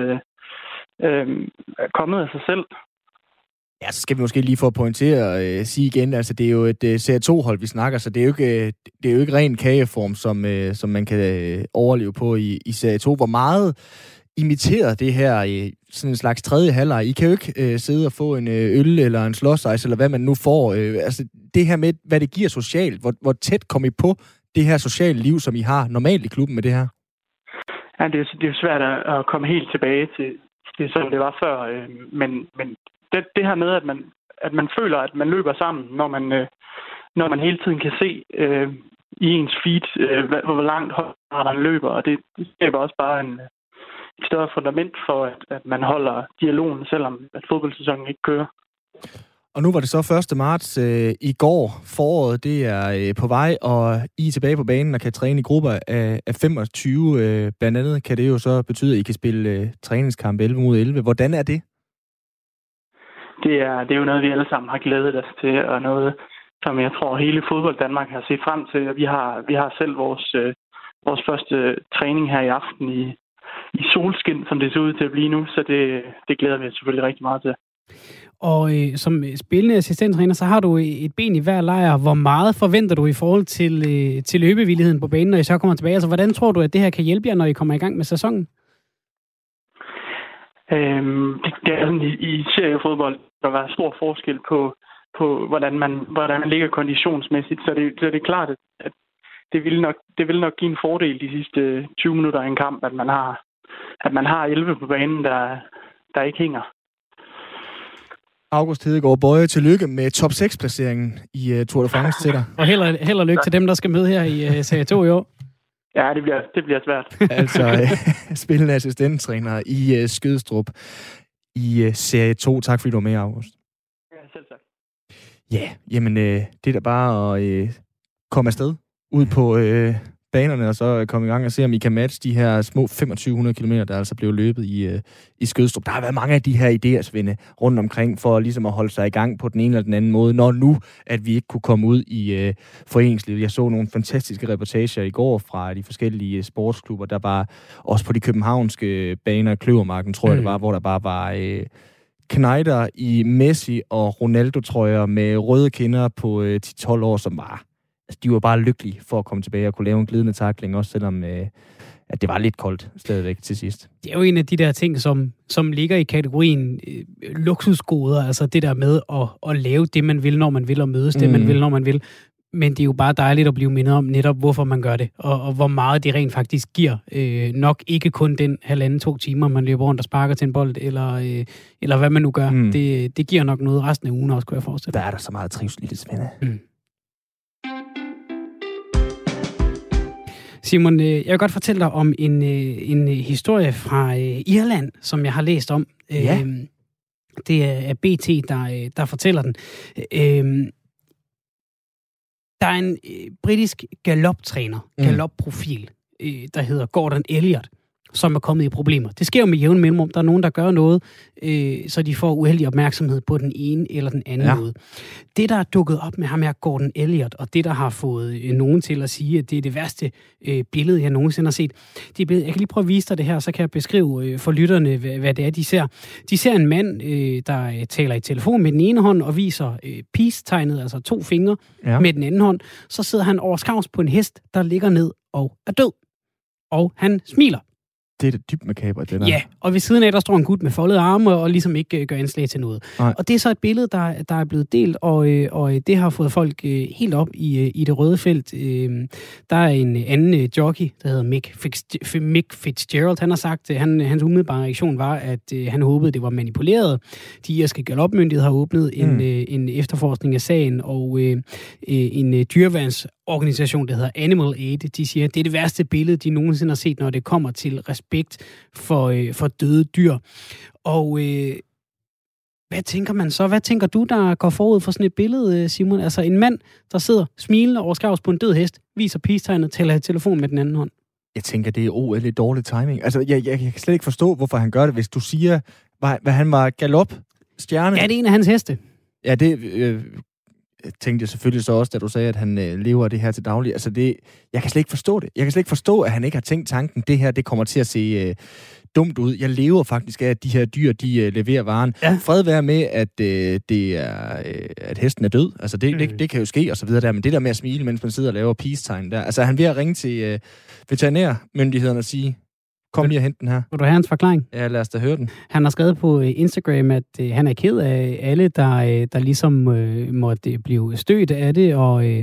kommet af sig selv. Ja, så skal vi måske lige få at pointere og sige igen, altså det er jo et CR2-hold, vi snakker, så det er jo ikke ren kageform, som man kan overleve på i CR2. Hvor meget imiterer det her i sådan en slags tredje halvleg? I kan jo ikke sidde og få en øl eller en slåsejs, eller hvad man nu får. Altså det her med, hvad det giver socialt, hvor tæt kom I på det her sociale liv, som I har normalt i klubben med det her? Ja, det er jo svært at komme helt tilbage til det, som det var før, men det her med, at man føler, at man løber sammen, når man hele tiden kan se i ens feed, hvor langt holderen løber, og det skaber også bare et større fundament for, at man holder dialogen, selvom at fodboldsæsonen ikke kører. Og nu var det så 1. marts i går. Foråret, det er på vej, og I er tilbage på banen og kan træne i grupper af 25. Blandt andet kan det jo så betyde, at I kan spille træningskamp 11 mod 11. Hvordan er det? Det er jo noget, vi alle sammen har glædet os til, og noget, som jeg tror, hele fodbold Danmark har set frem til. Vi har selv vores første træning her i aften i solskin, som det ser ud til at blive nu, så det glæder vi selvfølgelig rigtig meget til. Og som spillende assistenttræner, så har du et ben i hver lejr. Hvor meget forventer du i forhold til løbevilligheden på banen, når I så kommer tilbage? Altså, hvordan tror du, at det her kan hjælpe jer, når I kommer i gang med sæsonen? Det er sådan, i seriefodbold, der var stor forskel på hvordan man ligger konditionsmæssigt, så det er klart, at det vil nok give en fordel de sidste 20 minutter i en kamp, at man har 11 på banen, der ikke hænger. August Hedegaard Bøje, tillykke med top 6-placeringen i Tour de France til dig. Og held og lykke til dem, der skal med her i Serie 2 i år. Ja, det bliver svært. Altså, spillende assistenttræner i Skødstrup i Serie 2. Tak fordi du var med, August. Ja, selv tak. Ja, jamen, det er da bare at komme afsted ud på banerne, og så komme i gang og se, om I kan matche de her små 2500 km, der altså blev løbet i Skødstrup. Der har været mange af de her idéer, Svende, rundt omkring, for ligesom at holde sig i gang på den ene eller den anden måde, når nu, at vi ikke kunne komme ud i foreningslivet. Jeg så nogle fantastiske reportager i går fra de forskellige sportsklubber, der bare, også på de københavnske baner, Kløvermarken, tror jeg det var, hvor der bare var knejder i Messi og Ronaldo-trøjer med røde kinder på 10-12 år, som var... Altså, de var bare lykkelige for at komme tilbage og kunne lave en glidende tackling, også selvom at det var lidt koldt stadigvæk til sidst. Det er jo en af de der ting, som ligger i kategorien luksusgoder, altså det der med at lave det, man vil, når man vil, og mødes det, man vil, når man vil. Men det er jo bare dejligt at blive mindet om netop, hvorfor man gør det, og hvor meget det rent faktisk giver. Nok ikke kun den 1,5-2 timer, man løber rundt og sparker til en bold, eller hvad man nu gør. Det giver nok noget resten af ugen også, kunne jeg forestille. Der er der så meget trivsel i det, Svende. Simon, jeg vil godt fortælle dig om en historie fra Irland, som jeg har læst om. Ja. Det er BT, der fortæller den. Der er en britisk galoptræner, galopprofil, der hedder Gordon Elliott, som er kommet i problemer. Det sker jo med jævn mellemrum. Der er nogen, der gør noget, så de får uheldig opmærksomhed på den ene eller den anden måde. Det, der er dukket op med ham her, Gordon Elliott, og det, der har fået nogen til at sige, at det er det værste billede, jeg nogensinde har set. Jeg kan lige prøve at vise dig det her, så kan jeg beskrive for lytterne, hvad det er, de ser. De ser en mand, der taler i telefon med den ene hånd og viser peace-tegnet, altså 2 fingre med den anden hånd. Så sidder han over skavs på en hest, der ligger ned og er død. Og han smiler. Det er det dybt makabert, det der. Ja, og ved siden af, der står en gut med foldede arme og ligesom ikke gør indslag til noget. Nej. Og det er så et billede, der er blevet delt, og det har fået folk helt op i det røde felt. Der er en anden jockey, der hedder Mick Fitzgerald. Han har sagt, at hans umiddelbare reaktion var, at han håbede, det var manipuleret. De irske galopmyndigheder har åbnet en efterforskning af sagen, og en dyreværnsorganisation, der hedder Animal Aid, de siger, at det er det værste billede, de nogensinde har set, når det kommer til respekt for døde dyr. Og hvad tænker man så? Hvad tænker du, der går forud for sådan et billede, Simon? Altså en mand, der sidder smilende over skavs på en død hest, viser peace-tegnet, taler i telefon med den anden hånd. Jeg tænker, det er lidt dårlig timing. Altså, jeg kan slet ikke forstå, hvorfor han gør det, hvis du siger, hvad han var galop-stjerne. Ja, det er en af hans heste. Ja, det tænkte jeg selvfølgelig så også, da du sagde, at han lever det her til daglig. Altså, jeg kan slet ikke forstå det. Jeg kan slet ikke forstå, at han ikke har tænkt tanken, det her, det kommer til at se dumt ud. Jeg lever faktisk af, at de her dyr, de leverer varen. Ja. Fred være med, at det er, at hesten er død. Altså, det kan jo ske, og så videre der. Men det der med at smile, mens man sidder og laver peace-tegn der. Altså, han vil at ringe til veterinærmyndighederne og sige, kom lige og hent den her. Vil du have hans forklaring? Ja, lad os da høre den. Han har skrevet på Instagram, at han er ked af alle, der ligesom måtte blive stødt af det,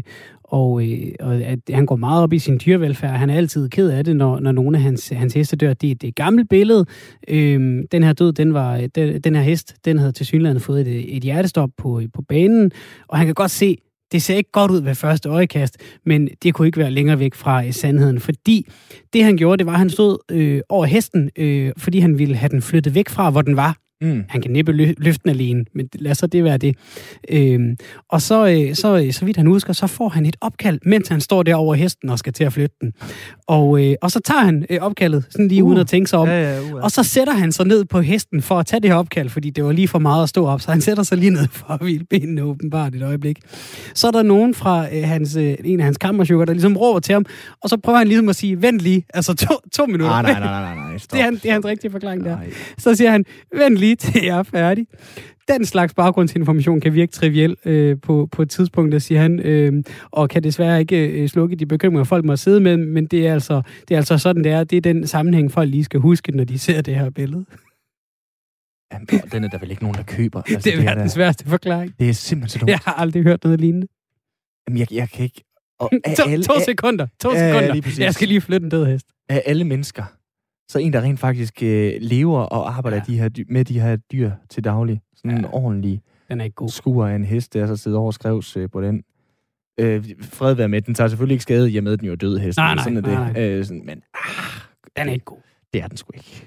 og at han går meget op i sin dyrevelfærd. Han er altid ked af det, når nogle af hans heste dør. Det er et gammelt billede. Den her død, den her hest, den havde tilsyneladende fået et hjertestop på banen, og han kan godt se, det ser ikke godt ud ved første øjekast, men det kunne ikke være længere væk fra sandheden, fordi det han gjorde, det var, at han stod over hesten, fordi han ville have den flyttet væk fra, hvor den var. Han kan næppe løfte den alene, men lad så det være det. Og så vidt han husker, så får han et opkald, mens han står der over hesten og skal til at flytte den. Og så tager han opkaldet, sådan lige uden at tænke sig om. Og så sætter han sig ned på hesten for at tage det her opkald, fordi det var lige for meget at stå op, så han sætter sig lige ned for at hvile benene åbenbart et øjeblik. Så er der nogen fra en af hans kammerchukker, der ligesom råber til ham, og så prøver han ligesom at sige, vent lige, altså 2 minutter. Nej, stop. Det er hans rigtige forklaring der. Så siger han, vent lige til jeg er færdig. Den slags baggrundsinformation kan virke triviel på et tidspunkt, siger han, og kan desværre ikke slukke de bekymringer, folk må sidde med, men det er altså sådan, det er. Det er den sammenhæng, folk lige skal huske, når de ser det her billede. Jamen, den er der vel ikke nogen, der køber. Altså, det er verdens værste forklaring. Det er simpelthen så dumt. Jeg har aldrig hørt noget lignende. Jamen, jeg kan ikke... To sekunder. Jeg skal lige flytte en død hest. Af alle mennesker, så en, der rent faktisk lever og arbejder med de her dyr til daglig. Sådan en ordentlig Den er ikke god. Skuer af en hest, der så sidder over og skrevs på den. Fred være med, den tager selvfølgelig ikke skade, i og med, at den jo er død hest. Nej, sådan er det. nej. Men den er ikke god. Det er den sgu ikke.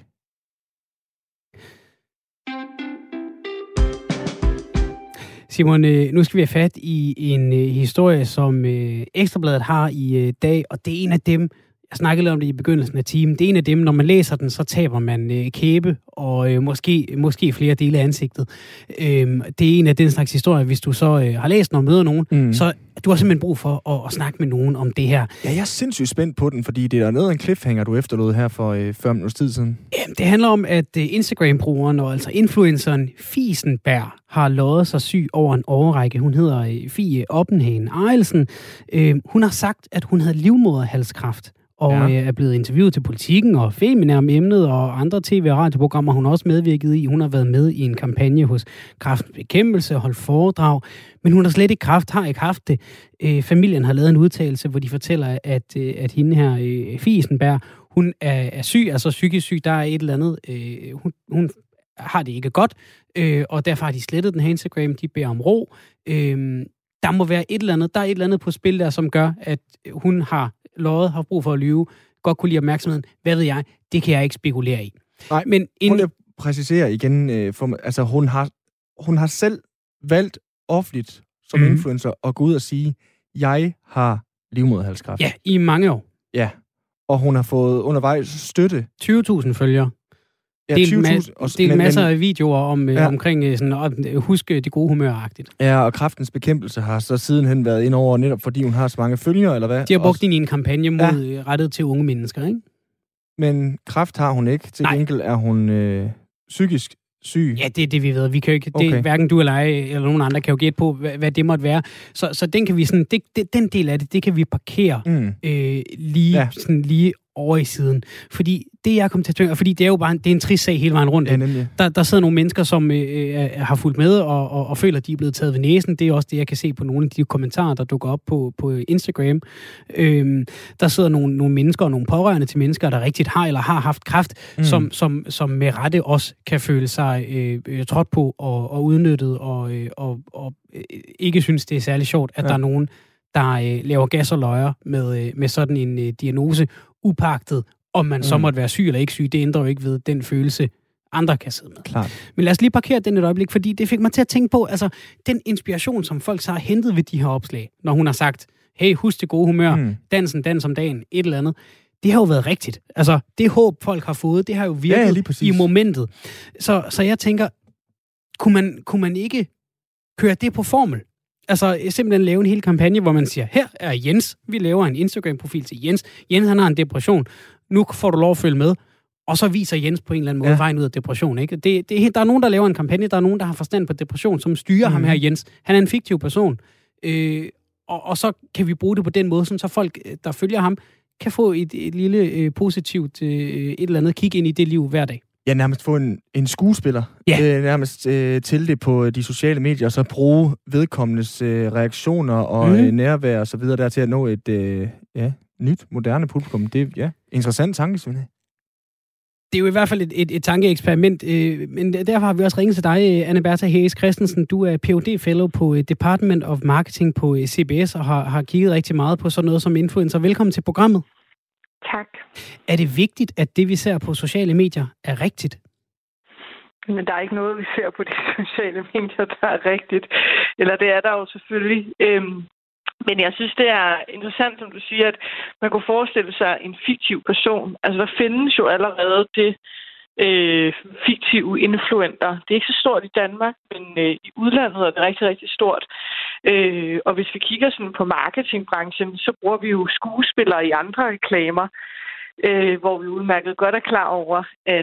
Simon, nu skal vi have fat i en historie, som Ekstrabladet har i dag, og det er en af dem, jeg snakkede lidt om det i begyndelsen af timen, det er en af dem, når man læser den, så taber man kæbe og måske flere dele af ansigtet. Det er en af den slags historier, hvis du så har læst den og møder nogen, så du har simpelthen brug for at snakke med nogen om det her. Ja, jeg er sindssygt spændt på den, fordi det er noget af en cliffhanger, du efterlod her for 40 minutters tid siden. Det handler om, at Instagram-brugeren, og altså influenceren Fiesenberg, har løjet sig syg over en årrække. Hun hedder Fie Oppenhagen Arelsen. Hun har sagt, at hun havde livmoderhalskræft, og er blevet interviewet til Politikken og Femina om emnet, og andre tv- og radioprogrammer hun også medvirket i. Hun har været med i en kampagne hos Kræftens Bekæmpelse og holdt foredrag, men hun har slet ikke har ikke haft det. Familien har lavet en udtalelse, hvor de fortæller, at hende her, Fiesenberg, hun er syg, altså psykisk syg. Der er et eller andet. Hun har det ikke godt, og derfor har de slettet den her Instagram. De beder om ro. Der må være et eller andet på spil der, som gør, at hun har brug for at lyve, godt kunne lide opmærksomheden. Hvad ved jeg? Det kan jeg ikke spekulere i. Nej, men hun vil præcisere igen, altså hun har selv valgt offentligt som influencer at gå ud og sige, jeg har livmoderhalskræft. Ja, i mange år. Ja, og hun har fået undervejs støtte. 20.000 følgere. Ja, 20.000. Det er masser af videoer omkring sådan, at huske det gode humør-agtigt. Ja, og Kræftens Bekæmpelse har så sidenhen været ind over, netop fordi hun har så mange følgere, eller hvad? De har brugt den i en kampagne rettet til unge mennesker, ikke? Men kræft har hun ikke. Til gengæld er hun psykisk syg. Ja, det er det, vi ved. Vi kan jo ikke, det, hverken du eller jeg eller nogen andre kan jo gætte på, hvad det måtte være. Så den kan vi sådan, den del af det kan vi parkere lige over i siden. Fordi det, jeg kom til at tænke, fordi det er jo bare det er en trist sag hele vejen rundt. Ja, der sidder nogle mennesker, som har fulgt med og føler, at de er blevet taget ved næsen. Det er også det, jeg kan se på nogle af de kommentarer, der dukker op på Instagram. Der sidder nogle mennesker og nogle pårørende til mennesker, der rigtigt har eller har haft kræft, som med rette også kan føle sig trådt på og udnyttet og ikke synes, det er særlig sjovt, at der er nogen, der laver gas og løjer med sådan en diagnose, upagtet, om man så måtte være syg eller ikke syg. Det ændrer jo ikke ved den følelse, andre kan sidde med. Klart. Men lad os lige parkere den et øjeblik, fordi det fik mig til at tænke på, altså den inspiration, som folk så har hentet ved de her opslag, når hun har sagt, hey, husk det gode humør, dansen, dans om dagen, et eller andet. Det har jo været rigtigt. Altså, det håb, folk har fået, det har jo virket i momentet. Så jeg tænker, kunne man ikke køre det på formel? Altså simpelthen lave en hel kampagne, hvor man siger, her er Jens, vi laver en Instagram-profil til Jens. Jens, han har en depression. Nu får du lov at følge med. Og så viser Jens på en eller anden måde vejen ud af depression. Ikke? Der er nogen, der laver en kampagne, der er nogen, der har forstand på depression, som styrer ham her, Jens. Han er en fiktiv person. Og så kan vi bruge det på den måde, så folk, der følger ham, kan få et lille positivt et eller andet kig ind i det liv hver dag. Ja, nærmest få en skuespiller nærmest til det på de sociale medier, og så bruge vedkommendes reaktioner og nærvær og så videre der til at nå et nyt, moderne publikum. Det er interessant tanke, Svend. Det er jo i hvert fald et tankeeksperiment, men derfor har vi også ringet til dig, Anne Bertha Hayes Christensen. Du er Ph.D.-fellow på Department of Marketing på CBS og har kigget rigtig meget på sådan noget som influencer. Velkommen til programmet. Tak. Er det vigtigt, at det, vi ser på sociale medier, er rigtigt? Men der er ikke noget, vi ser på de sociale medier, der er rigtigt. Eller det er der jo selvfølgelig. Men jeg synes, det er interessant, som du siger, at man kunne forestille sig en fiktiv person. Altså, der findes jo allerede det fiktive influenter. Det er ikke så stort i Danmark, men i udlandet er det rigtig, rigtig stort. Og hvis vi kigger sådan på marketingbranchen, så bruger vi jo skuespillere i andre reklamer, hvor vi udmærket godt er klar over,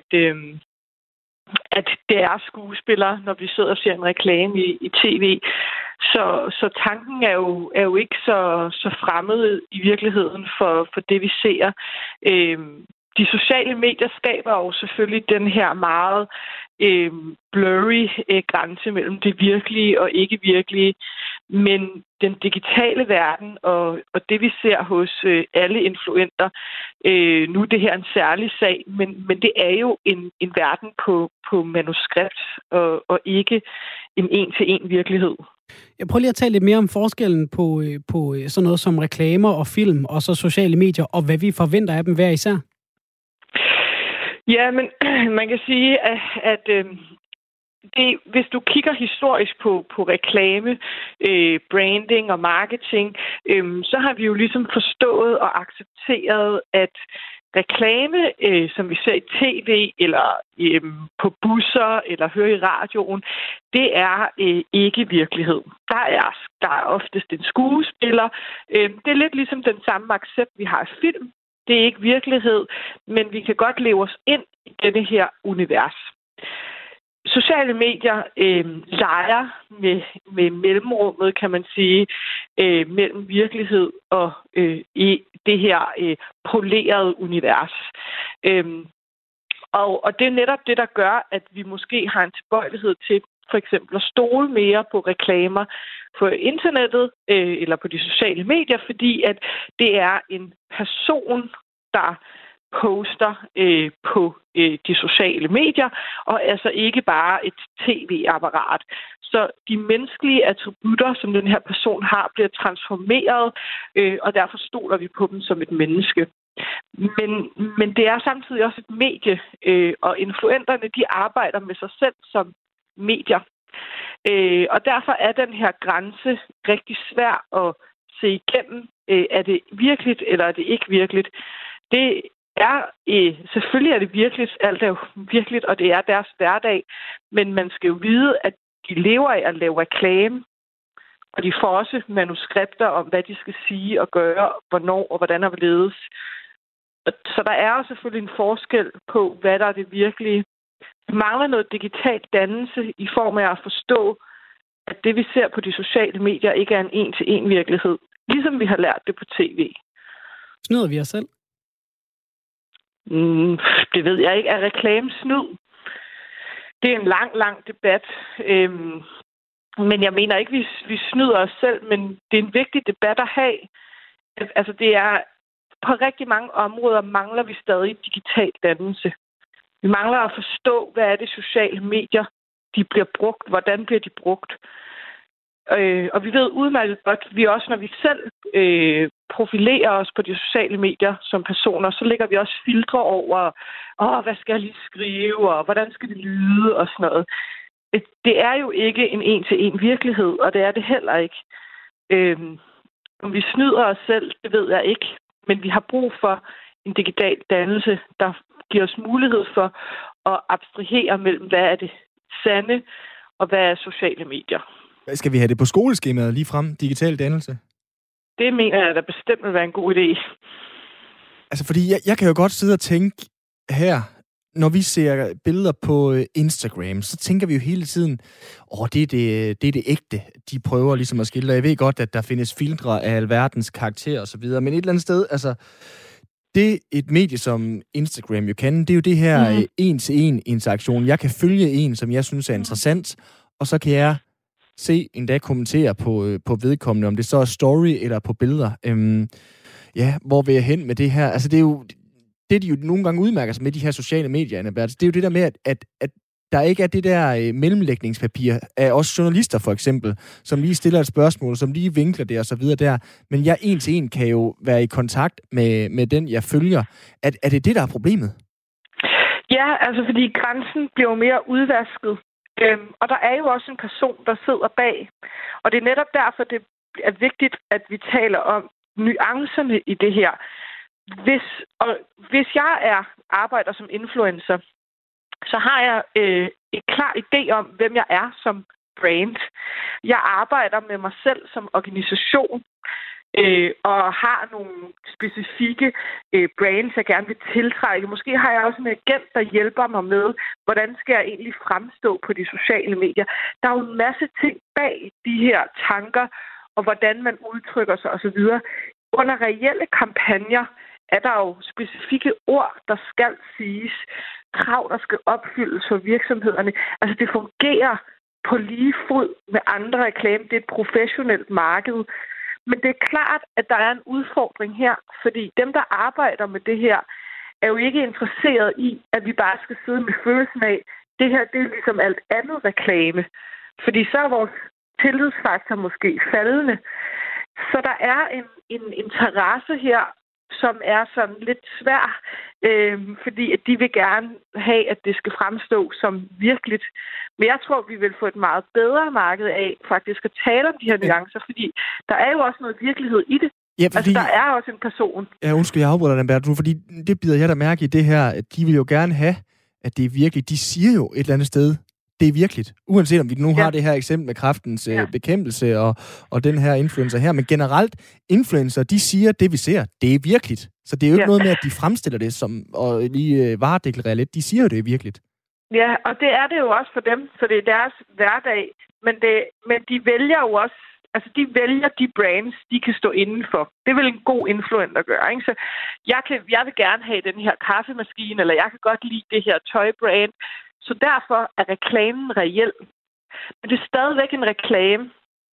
at det er skuespillere, når vi sidder og ser en reklame i tv. Så tanken er jo ikke så fremmed i virkeligheden for det, vi ser. De sociale medier skaber jo selvfølgelig den her meget blurry grænse mellem det virkelige og ikke virkelige. Men den digitale verden og det, vi ser hos alle influenter, nu er det her en særlig sag, men det er jo en verden på manuskript og ikke en en-til-en virkelighed. Jeg prøver lige at tale lidt mere om forskellen på sådan noget som reklamer og film og så sociale medier, og hvad vi forventer af dem hver især. Ja, men man kan sige, at hvis du kigger historisk på reklame, branding og marketing, så har vi jo ligesom forstået og accepteret, at reklame, som vi ser i tv eller på busser eller hører i radioen, det er ikke virkelighed. Der er oftest en skuespiller. Det er lidt ligesom den samme accept, vi har i film. Det er ikke virkelighed, men vi kan godt leve os ind i denne her univers. Sociale medier leger med mellemrummet, kan man sige, mellem virkelighed og i det her polerede univers. Og det er netop det, der gør, at vi måske har en tilbøjelighed til for eksempel at stole mere på reklamer på internettet eller på de sociale medier, fordi at det er en person, der poster på de sociale medier, og altså ikke bare et tv-apparat. Så de menneskelige attributter, som den her person har, bliver transformeret, og derfor stoler vi på dem som et menneske. Men det er samtidig også et medie, og influenterne, de arbejder med sig selv som medier. Og derfor er den her grænse rigtig svær at se igennem. Er det virkeligt, eller er det ikke virkeligt? Det er, selvfølgelig er det virkeligt, alt er jo virkeligt, og det er deres hverdag, men man skal jo vide, at de lever af at lave reklame, og de får også manuskripter om, hvad de skal sige og gøre, hvornår og hvordan og hvorledes. Så der er jo selvfølgelig en forskel på, hvad der er det virkelige. Der mangler noget digital dannelse i form af at forstå, at det, vi ser på de sociale medier, ikke er en en-til-en virkelighed, ligesom vi har lært det på tv. Snyder vi os selv? Det ved jeg ikke. Er reklame snyd? Det er en lang debat. Men jeg mener ikke, vi snyder os selv, men det er en vigtig debat at have. Altså, det er på rigtig mange områder mangler vi stadig digital dannelse. Vi mangler at forstå, hvad er det sociale medier, de bliver brugt, hvordan bliver de brugt. Og vi ved udmærket godt, vi også, når vi selv profilerer os på de sociale medier som personer, så lægger vi også filtre over, hvad skal jeg lige skrive, og hvordan skal det lyde, og sådan noget. Det er jo ikke en en-til-en virkelighed, og det er det heller ikke. Om vi snyder os selv, det ved jeg ikke, men vi har brug for en digital dannelse, der giver os mulighed for at abstrahere mellem, hvad er det sande, og hvad er sociale medier. Skal vi have det på skoleskemaet lige frem, digital dannelse? Det mener jeg, der bestemt vil være en god idé. Altså, fordi jeg kan jo godt sidde og tænke her, når vi ser billeder på Instagram, så tænker vi jo hele tiden, det er det ægte, de prøver ligesom at skildre. Jeg ved godt, at der findes filtre af alverdens karakterer og så videre, men et eller andet sted, altså, det et medie som Instagram jo kan, det er jo det her en-til-en interaktion. Jeg kan følge en, som jeg synes er interessant, og så kan jeg endda kommentere på vedkommende, om det så er story eller på billeder. Hvor vil jeg hen med det her? Altså, det er jo det, de jo nogle gange udmærker sig med de her sociale medier, Anna Berthelsen. Det er jo det der med, at der ikke er det der mellemlægningspapir af os journalister, for eksempel, som lige stiller et spørgsmål, som lige vinkler det og så videre der. Men jeg en til en kan jo være i kontakt med den, jeg følger. Er det det, der er problemet? Ja, altså fordi grænsen bliver mere udvasket. Og der er jo også en person, der sidder bag. Og det er netop derfor, det er vigtigt, at vi taler om nuancerne i det her. Hvis jeg arbejder som influencer, så har jeg et klar idé om, hvem jeg er som brand. Jeg arbejder med mig selv som organisation og har nogle specifikke brands, jeg gerne vil tiltrække. Måske har jeg også en agent, der hjælper mig med, hvordan skal jeg egentlig fremstå på de sociale medier. Der er jo en masse ting bag de her tanker, og hvordan man udtrykker sig osv. Under reelle kampagner er der jo specifikke ord, der skal siges, krav, der skal opfyldes for virksomhederne. Altså det fungerer på lige fod med andre reklame. Det er et professionelt marked. Men det er klart, at der er en udfordring her, fordi dem, der arbejder med det her, er jo ikke interesseret i, at vi bare skal sidde med følelsen af, det her, det er ligesom alt andet reklame. Fordi så er vores tillidsfaktor måske faldende. Så der er en interesse her, som er sådan lidt svær, fordi at de vil gerne have, at det skal fremstå som virkeligt. Men jeg tror, vi vil få et meget bedre marked af faktisk at tale om de her nuancer, fordi der er jo også noget virkelighed i det. Ja, fordi... Altså, der er også en person. Ja, undskyld, jeg afbryder dig, Bertel, fordi det bider jeg da mærke i det her, at de vil jo gerne have, at det er virkeligt. De siger jo et eller andet sted, det er virkeligt. Uanset om vi nu har det her eksempel med kræftens bekæmpelse og den her influencer her. Men generelt, influencer, de siger, det vi ser, det er virkeligt. Så det er jo ikke noget med, at de fremstiller det som, og lige varedeklarerer lidt. De siger jo, det er virkeligt. Ja, og det er det jo også for dem, for det er deres hverdag. Men de vælger jo også, altså de vælger de brands, de kan stå indenfor. Det vil en god influencer gøre, ikke? Så jeg vil gerne have den her kaffemaskine, eller jeg kan godt lide det her tøjbrand. Så derfor er reklamen reel. Men det er stadigvæk en reklame.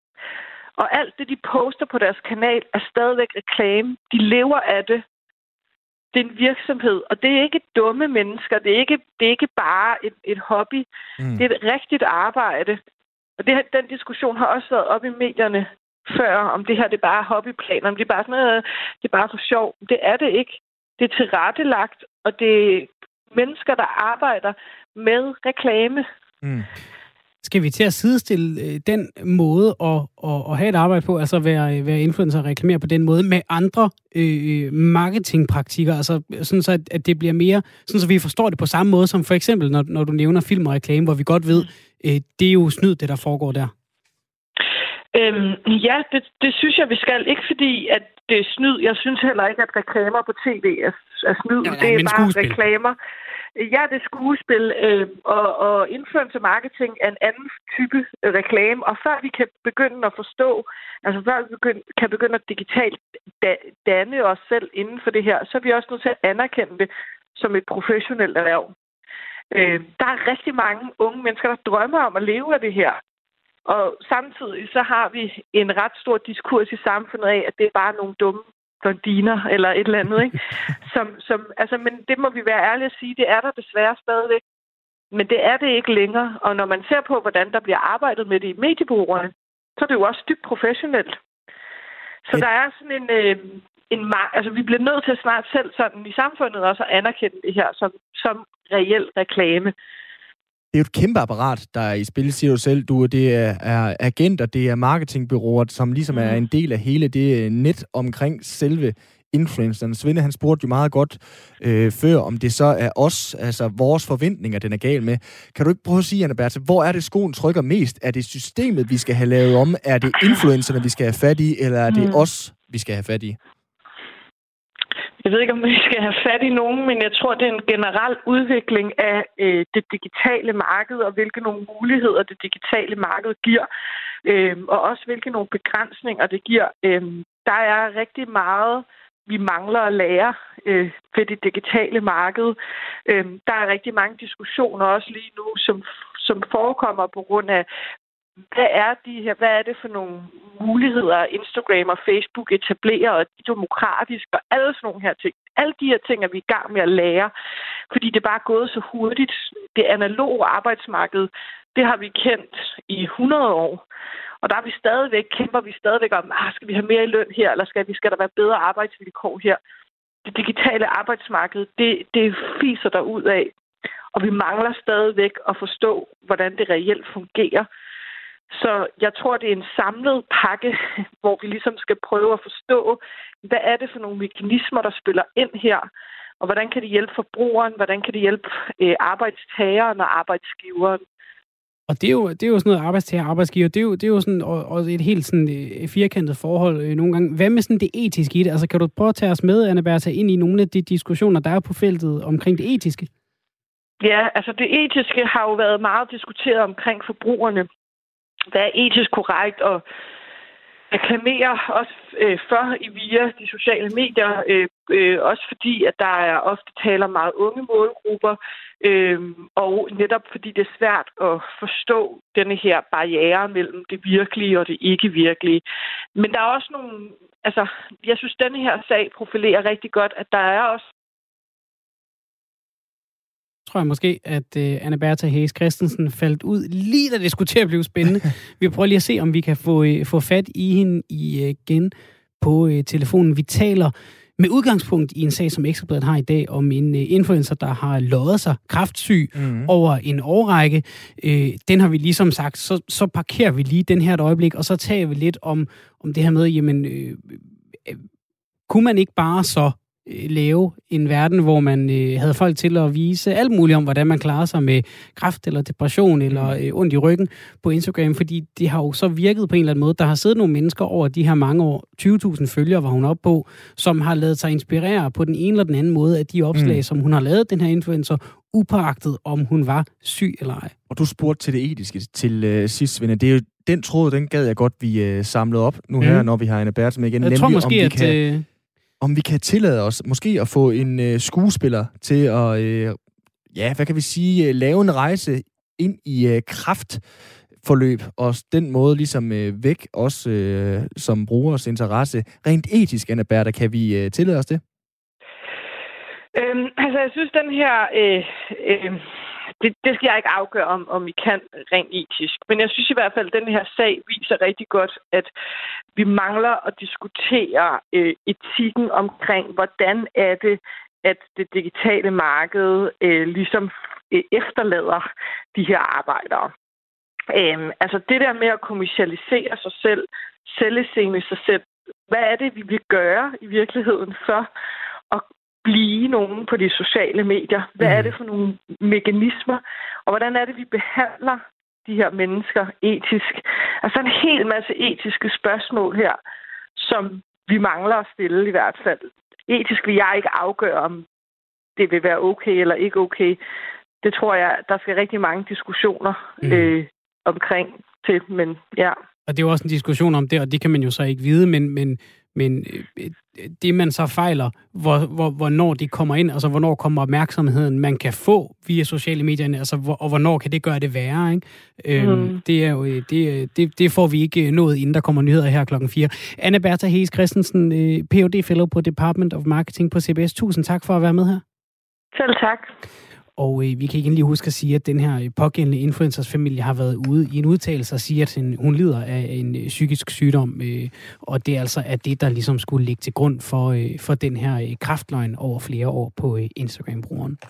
Og alt det, de poster på deres kanal, er stadigvæk reklame. De lever af det. Det er en virksomhed. Og det er ikke dumme mennesker. Det er ikke bare et hobby. Det er et rigtigt arbejde. Og den diskussion har også været op i medierne før, om det her det er bare hobbyplaner. Om det er bare sådan noget, det er bare for sjov. Det er det ikke. Det er tilrettelagt, og det er mennesker, der arbejder med reklame. Skal vi til at sidestille den måde at have et arbejde på, altså være influencer og reklamere på den måde, med andre marketingpraktikker, altså sådan så, at det bliver mere, sådan så vi forstår det på samme måde, som for eksempel, når du nævner film og reklame, hvor vi godt ved, det er jo snyd, det der foregår der. Ja, det synes jeg, vi skal. Ikke fordi, at det er snyd. Jeg synes heller ikke, at reklamer på tv er snyd. Ja, det er bare skuespil. Reklamer. Ja, det er skuespil, og influencer marketing er en anden type reklame. Og før vi kan begynde at forstå, altså før vi kan begynde at digitalt danne os selv inden for det her, så er vi også nødt til at anerkende det som et professionelt erhverv. Der er rigtig mange unge mennesker, der drømmer om at leve af det her. Og samtidig så har vi en ret stor diskurs i samfundet af, at det er bare nogle dumme blondiner eller et eller andet, ikke? Men det må vi være ærlige at sige, det er der desværre stadigvæk. Men det er det ikke længere. Og når man ser på, hvordan der bliver arbejdet med det i mediebureauerne, så er det jo også dybt professionelt. Så der er sådan altså vi bliver nødt til snart selv sådan i samfundet også at anerkende det her som reel reklame. Det er jo et kæmpe apparat, der er i spil, siger du selv. Det er agenter, det er marketingbureauer, som ligesom er en del af hele det net omkring selve influenceren. Svende, han spurgte jo meget godt før, om det så er os, altså vores forventninger, den er gal med. Kan du ikke prøve at sige, Anne-Berthe, hvor er det skoen trykker mest? Er det systemet, vi skal have lavet om? Er det influencerne, vi skal have fat i? Eller er det os, vi skal have fat i? Jeg ved ikke, om vi skal have fat i nogen, men jeg tror, det er en generel udvikling af det digitale marked, og hvilke nogle muligheder det digitale marked giver, og også hvilke nogle begrænsninger det giver. Der er rigtig meget, vi mangler at lære ved det digitale marked. Der er rigtig mange diskussioner også lige nu, som forekommer på grund af, hvad er det for nogle muligheder, Instagram og Facebook etablerer, og de demokratiske, og alle sådan nogle her ting. Alle de her ting er vi i gang med at lære, fordi det er bare gået så hurtigt. Det analoge arbejdsmarked, det har vi kendt i 100 år. Og der er kæmper vi stadigvæk om, skal vi have mere i løn her, eller skal der være bedre arbejdsvilkår her? Det digitale arbejdsmarked, det fiser der ud af, og vi mangler stadigvæk at forstå, hvordan det reelt fungerer. Så jeg tror, det er en samlet pakke, hvor vi ligesom skal prøve at forstå, hvad er det for nogle mekanismer, der spiller ind her, og hvordan kan det hjælpe forbrugeren, hvordan kan det hjælpe arbejdstageren og arbejdsgiveren. Og det er jo sådan noget arbejdstager-arbejdsgiver, det er jo sådan også et helt sådan firkantet forhold nogle gange. Hvad med sådan det etiske i det? Altså kan du prøve at tage os med, Anne-Berthe, ind i nogle af de diskussioner, der er på feltet omkring det etiske? Ja, altså det etiske har jo været meget diskuteret omkring forbrugerne. Hvad er etisk korrekt, og reklamerer også for via de sociale medier, også fordi, at der er ofte taler meget unge målgrupper, og netop fordi det er svært at forstå denne her barriere mellem det virkelige og det ikke virkelige. Men der er også nogle, altså, jeg synes, denne her sag profilerer rigtig godt, at der er også tror jeg måske, at Anne Bertha Hayes Christensen faldt ud lige da det skulle til at blive spændende. Vi prøver lige at se, om vi kan få fat i hende igen på telefonen. Vi taler med udgangspunkt i en sag, som Ekstra Bladet har i dag, om en influencer, der har løjet sig kræftsyg over en årrække. Den har vi ligesom sagt, så parkerer vi lige den her et øjeblik, og så tager vi lidt om det her med, jamen, kunne man ikke bare så lave en verden, hvor man havde folk til at vise alt muligt om, hvordan man klarer sig med kræft eller depression eller ondt i ryggen på Instagram, fordi det har jo så virket på en eller anden måde. Der har siddet nogle mennesker over de her mange år, 20.000 følgere var hun oppe på, som har lavet sig inspirere på den ene eller den anden måde af de opslag, som hun har lavet, den her influencer, upåagtet om hun var syg eller ej. Og du spurgte til det etiske til sidst, Svende. Det er jo den tråd, den gad jeg godt, vi samlede op nu her, når vi har Anne Bertha med igen. Jeg tror måske, om vi kan tillade os måske at få en skuespiller til at, hvad kan vi sige, lave en rejse ind i kræftforløb, og den måde ligesom væk også som brugers interesse. Rent etisk, Anne Bertha, kan vi tillade os det? Altså, jeg synes, den her... Det skal jeg ikke afgøre, om vi kan rent etisk. Men jeg synes i hvert fald, at den her sag viser rigtig godt, at vi mangler at diskutere etikken omkring, hvordan er det, at det digitale marked ligesom efterlader de her arbejdere. Altså det der med at kommercialisere sig selv, sælgescene sig selv, hvad er det, vi vil gøre i virkeligheden for at blive nogen på de sociale medier? Hvad er det for nogle mekanismer? Og hvordan er det, vi behandler de her mennesker etisk? Altså en hel masse etiske spørgsmål her, som vi mangler at stille i hvert fald. Etisk vil jeg ikke afgøre, om det vil være okay eller ikke okay. Det tror jeg, der skal rigtig mange diskussioner omkring til, men ja. Og det er jo også en diskussion om det, og det kan man jo så ikke vide, men det, man så fejler, hvornår det kommer ind, altså hvornår kommer opmærksomheden, man kan få via sociale medier, altså, og hvornår kan det gøre det værre, ikke? Det er jo, det får vi ikke nået, inden der kommer nyheder her klokken 4. Anne Bertha Hayes Christensen, Ph.D. Fellow på Department of Marketing på CBS. Tusind tak for at være med her. Selv tak. Og vi kan igen lige huske at sige, at den her pågældende influencers familie har været ude i en udtalelse og siger, at hun lider af en psykisk sygdom, og det altså er det, der ligesom skulle ligge til grund for den her kræftløgn over flere år på Instagram-brugeren.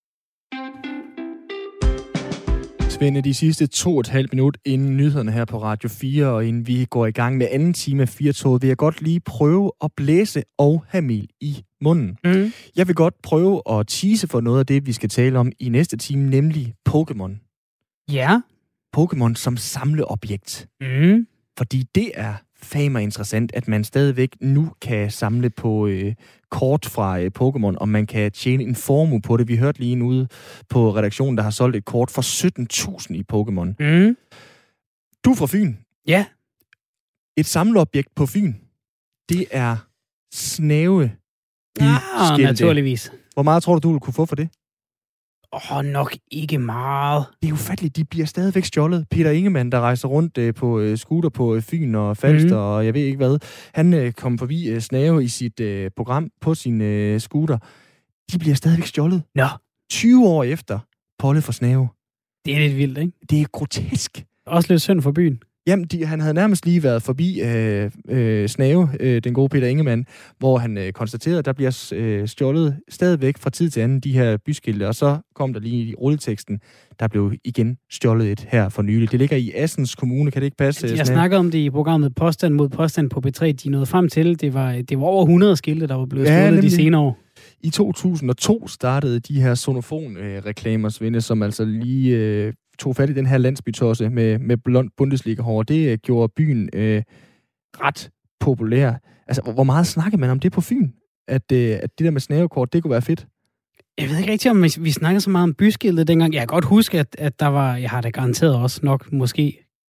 Svende, de sidste 2,5 minutter inden nyhederne her på Radio 4, og inden vi går i gang med anden time af 4-toget, vil jeg godt lige prøve at blæse og have mel i munden. Jeg vil godt prøve at tease for noget af det, vi skal tale om i næste time, nemlig Pokémon. Ja. Pokémon som samleobjekt. Fordi det er fandme interessant, at man stadigvæk nu kan samle på kort fra Pokémon, og man kan tjene en formue på det. Vi hørte lige en ude på redaktionen, der har solgt et kort for 17.000 i Pokémon. Du er fra Fyn. Ja. Et samleobjekt på Fyn, det er snæve. Naturligvis. Hvor meget tror du vil kunne få for det? Nok ikke meget. Det er ufatteligt. De bliver stadigvæk stjålet. Peter Ingemann, der rejser rundt på scooter på Fyn og Falster, og jeg ved ikke hvad, han kom forbi snave i sit program på sin scooter. De bliver stadigvæk stjålet. 20 år efter Polle for snave. Det er lidt vildt, ikke? Det er grotesk. Også lidt synd for byen. Jamen, han havde nærmest lige været forbi Snave, den gode Peter Ingemann, hvor han konstaterede, at der bliver stjålet stadigvæk fra tid til anden de her byskilte, og så kom der lige i rulleteksten, der blev igen stjålet et her for nylig. Det ligger i Assens Kommune, kan det ikke passe? Jeg snakker om det i programmet Påstand mod Påstand på B3, de nåede frem til. Det var over 100 skilte, der var blevet stjålet de senere år. I 2002 startede de her sonofon-reklamer, Svende, som altså lige tog fat i den her landsbytosse med blond Bundesliga-hår. Det gjorde byen ret populær. Altså, hvor meget snakker man om det på Fyn? At det der med snavekort, det kunne være fedt? Jeg ved ikke rigtig, om vi snakker så meget om byskiltet dengang. Jeg kan godt huske, at der var, jeg har da garanteret også nok måske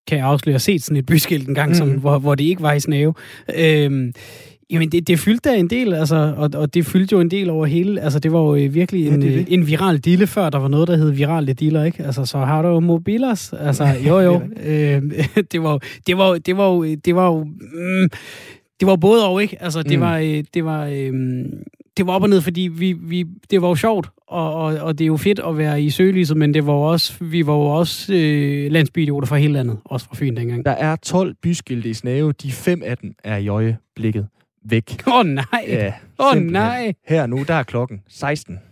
kan jeg afsløre, set sådan et byskilt en gang, hvor det ikke var i Snave. Jamen, det fyldte da en del, altså, og det fyldte jo en del over hele, altså, det var jo virkelig en viral dille, før der var noget, der hed virale dealer, ikke? Altså, så har du jo mobilers, altså, jo. Det var både og, ikke? Altså, det var op og ned, fordi det var jo sjovt, og det er jo fedt at være i søgelyset, men vi var jo også landsbyidioter fra hele landet, også fra Fyn dengang. Der er 12 byskilte i Snave, de 5 af dem er i øjeblikket væk. Nej. Ja, Nej. Her nu, der er klokken 16.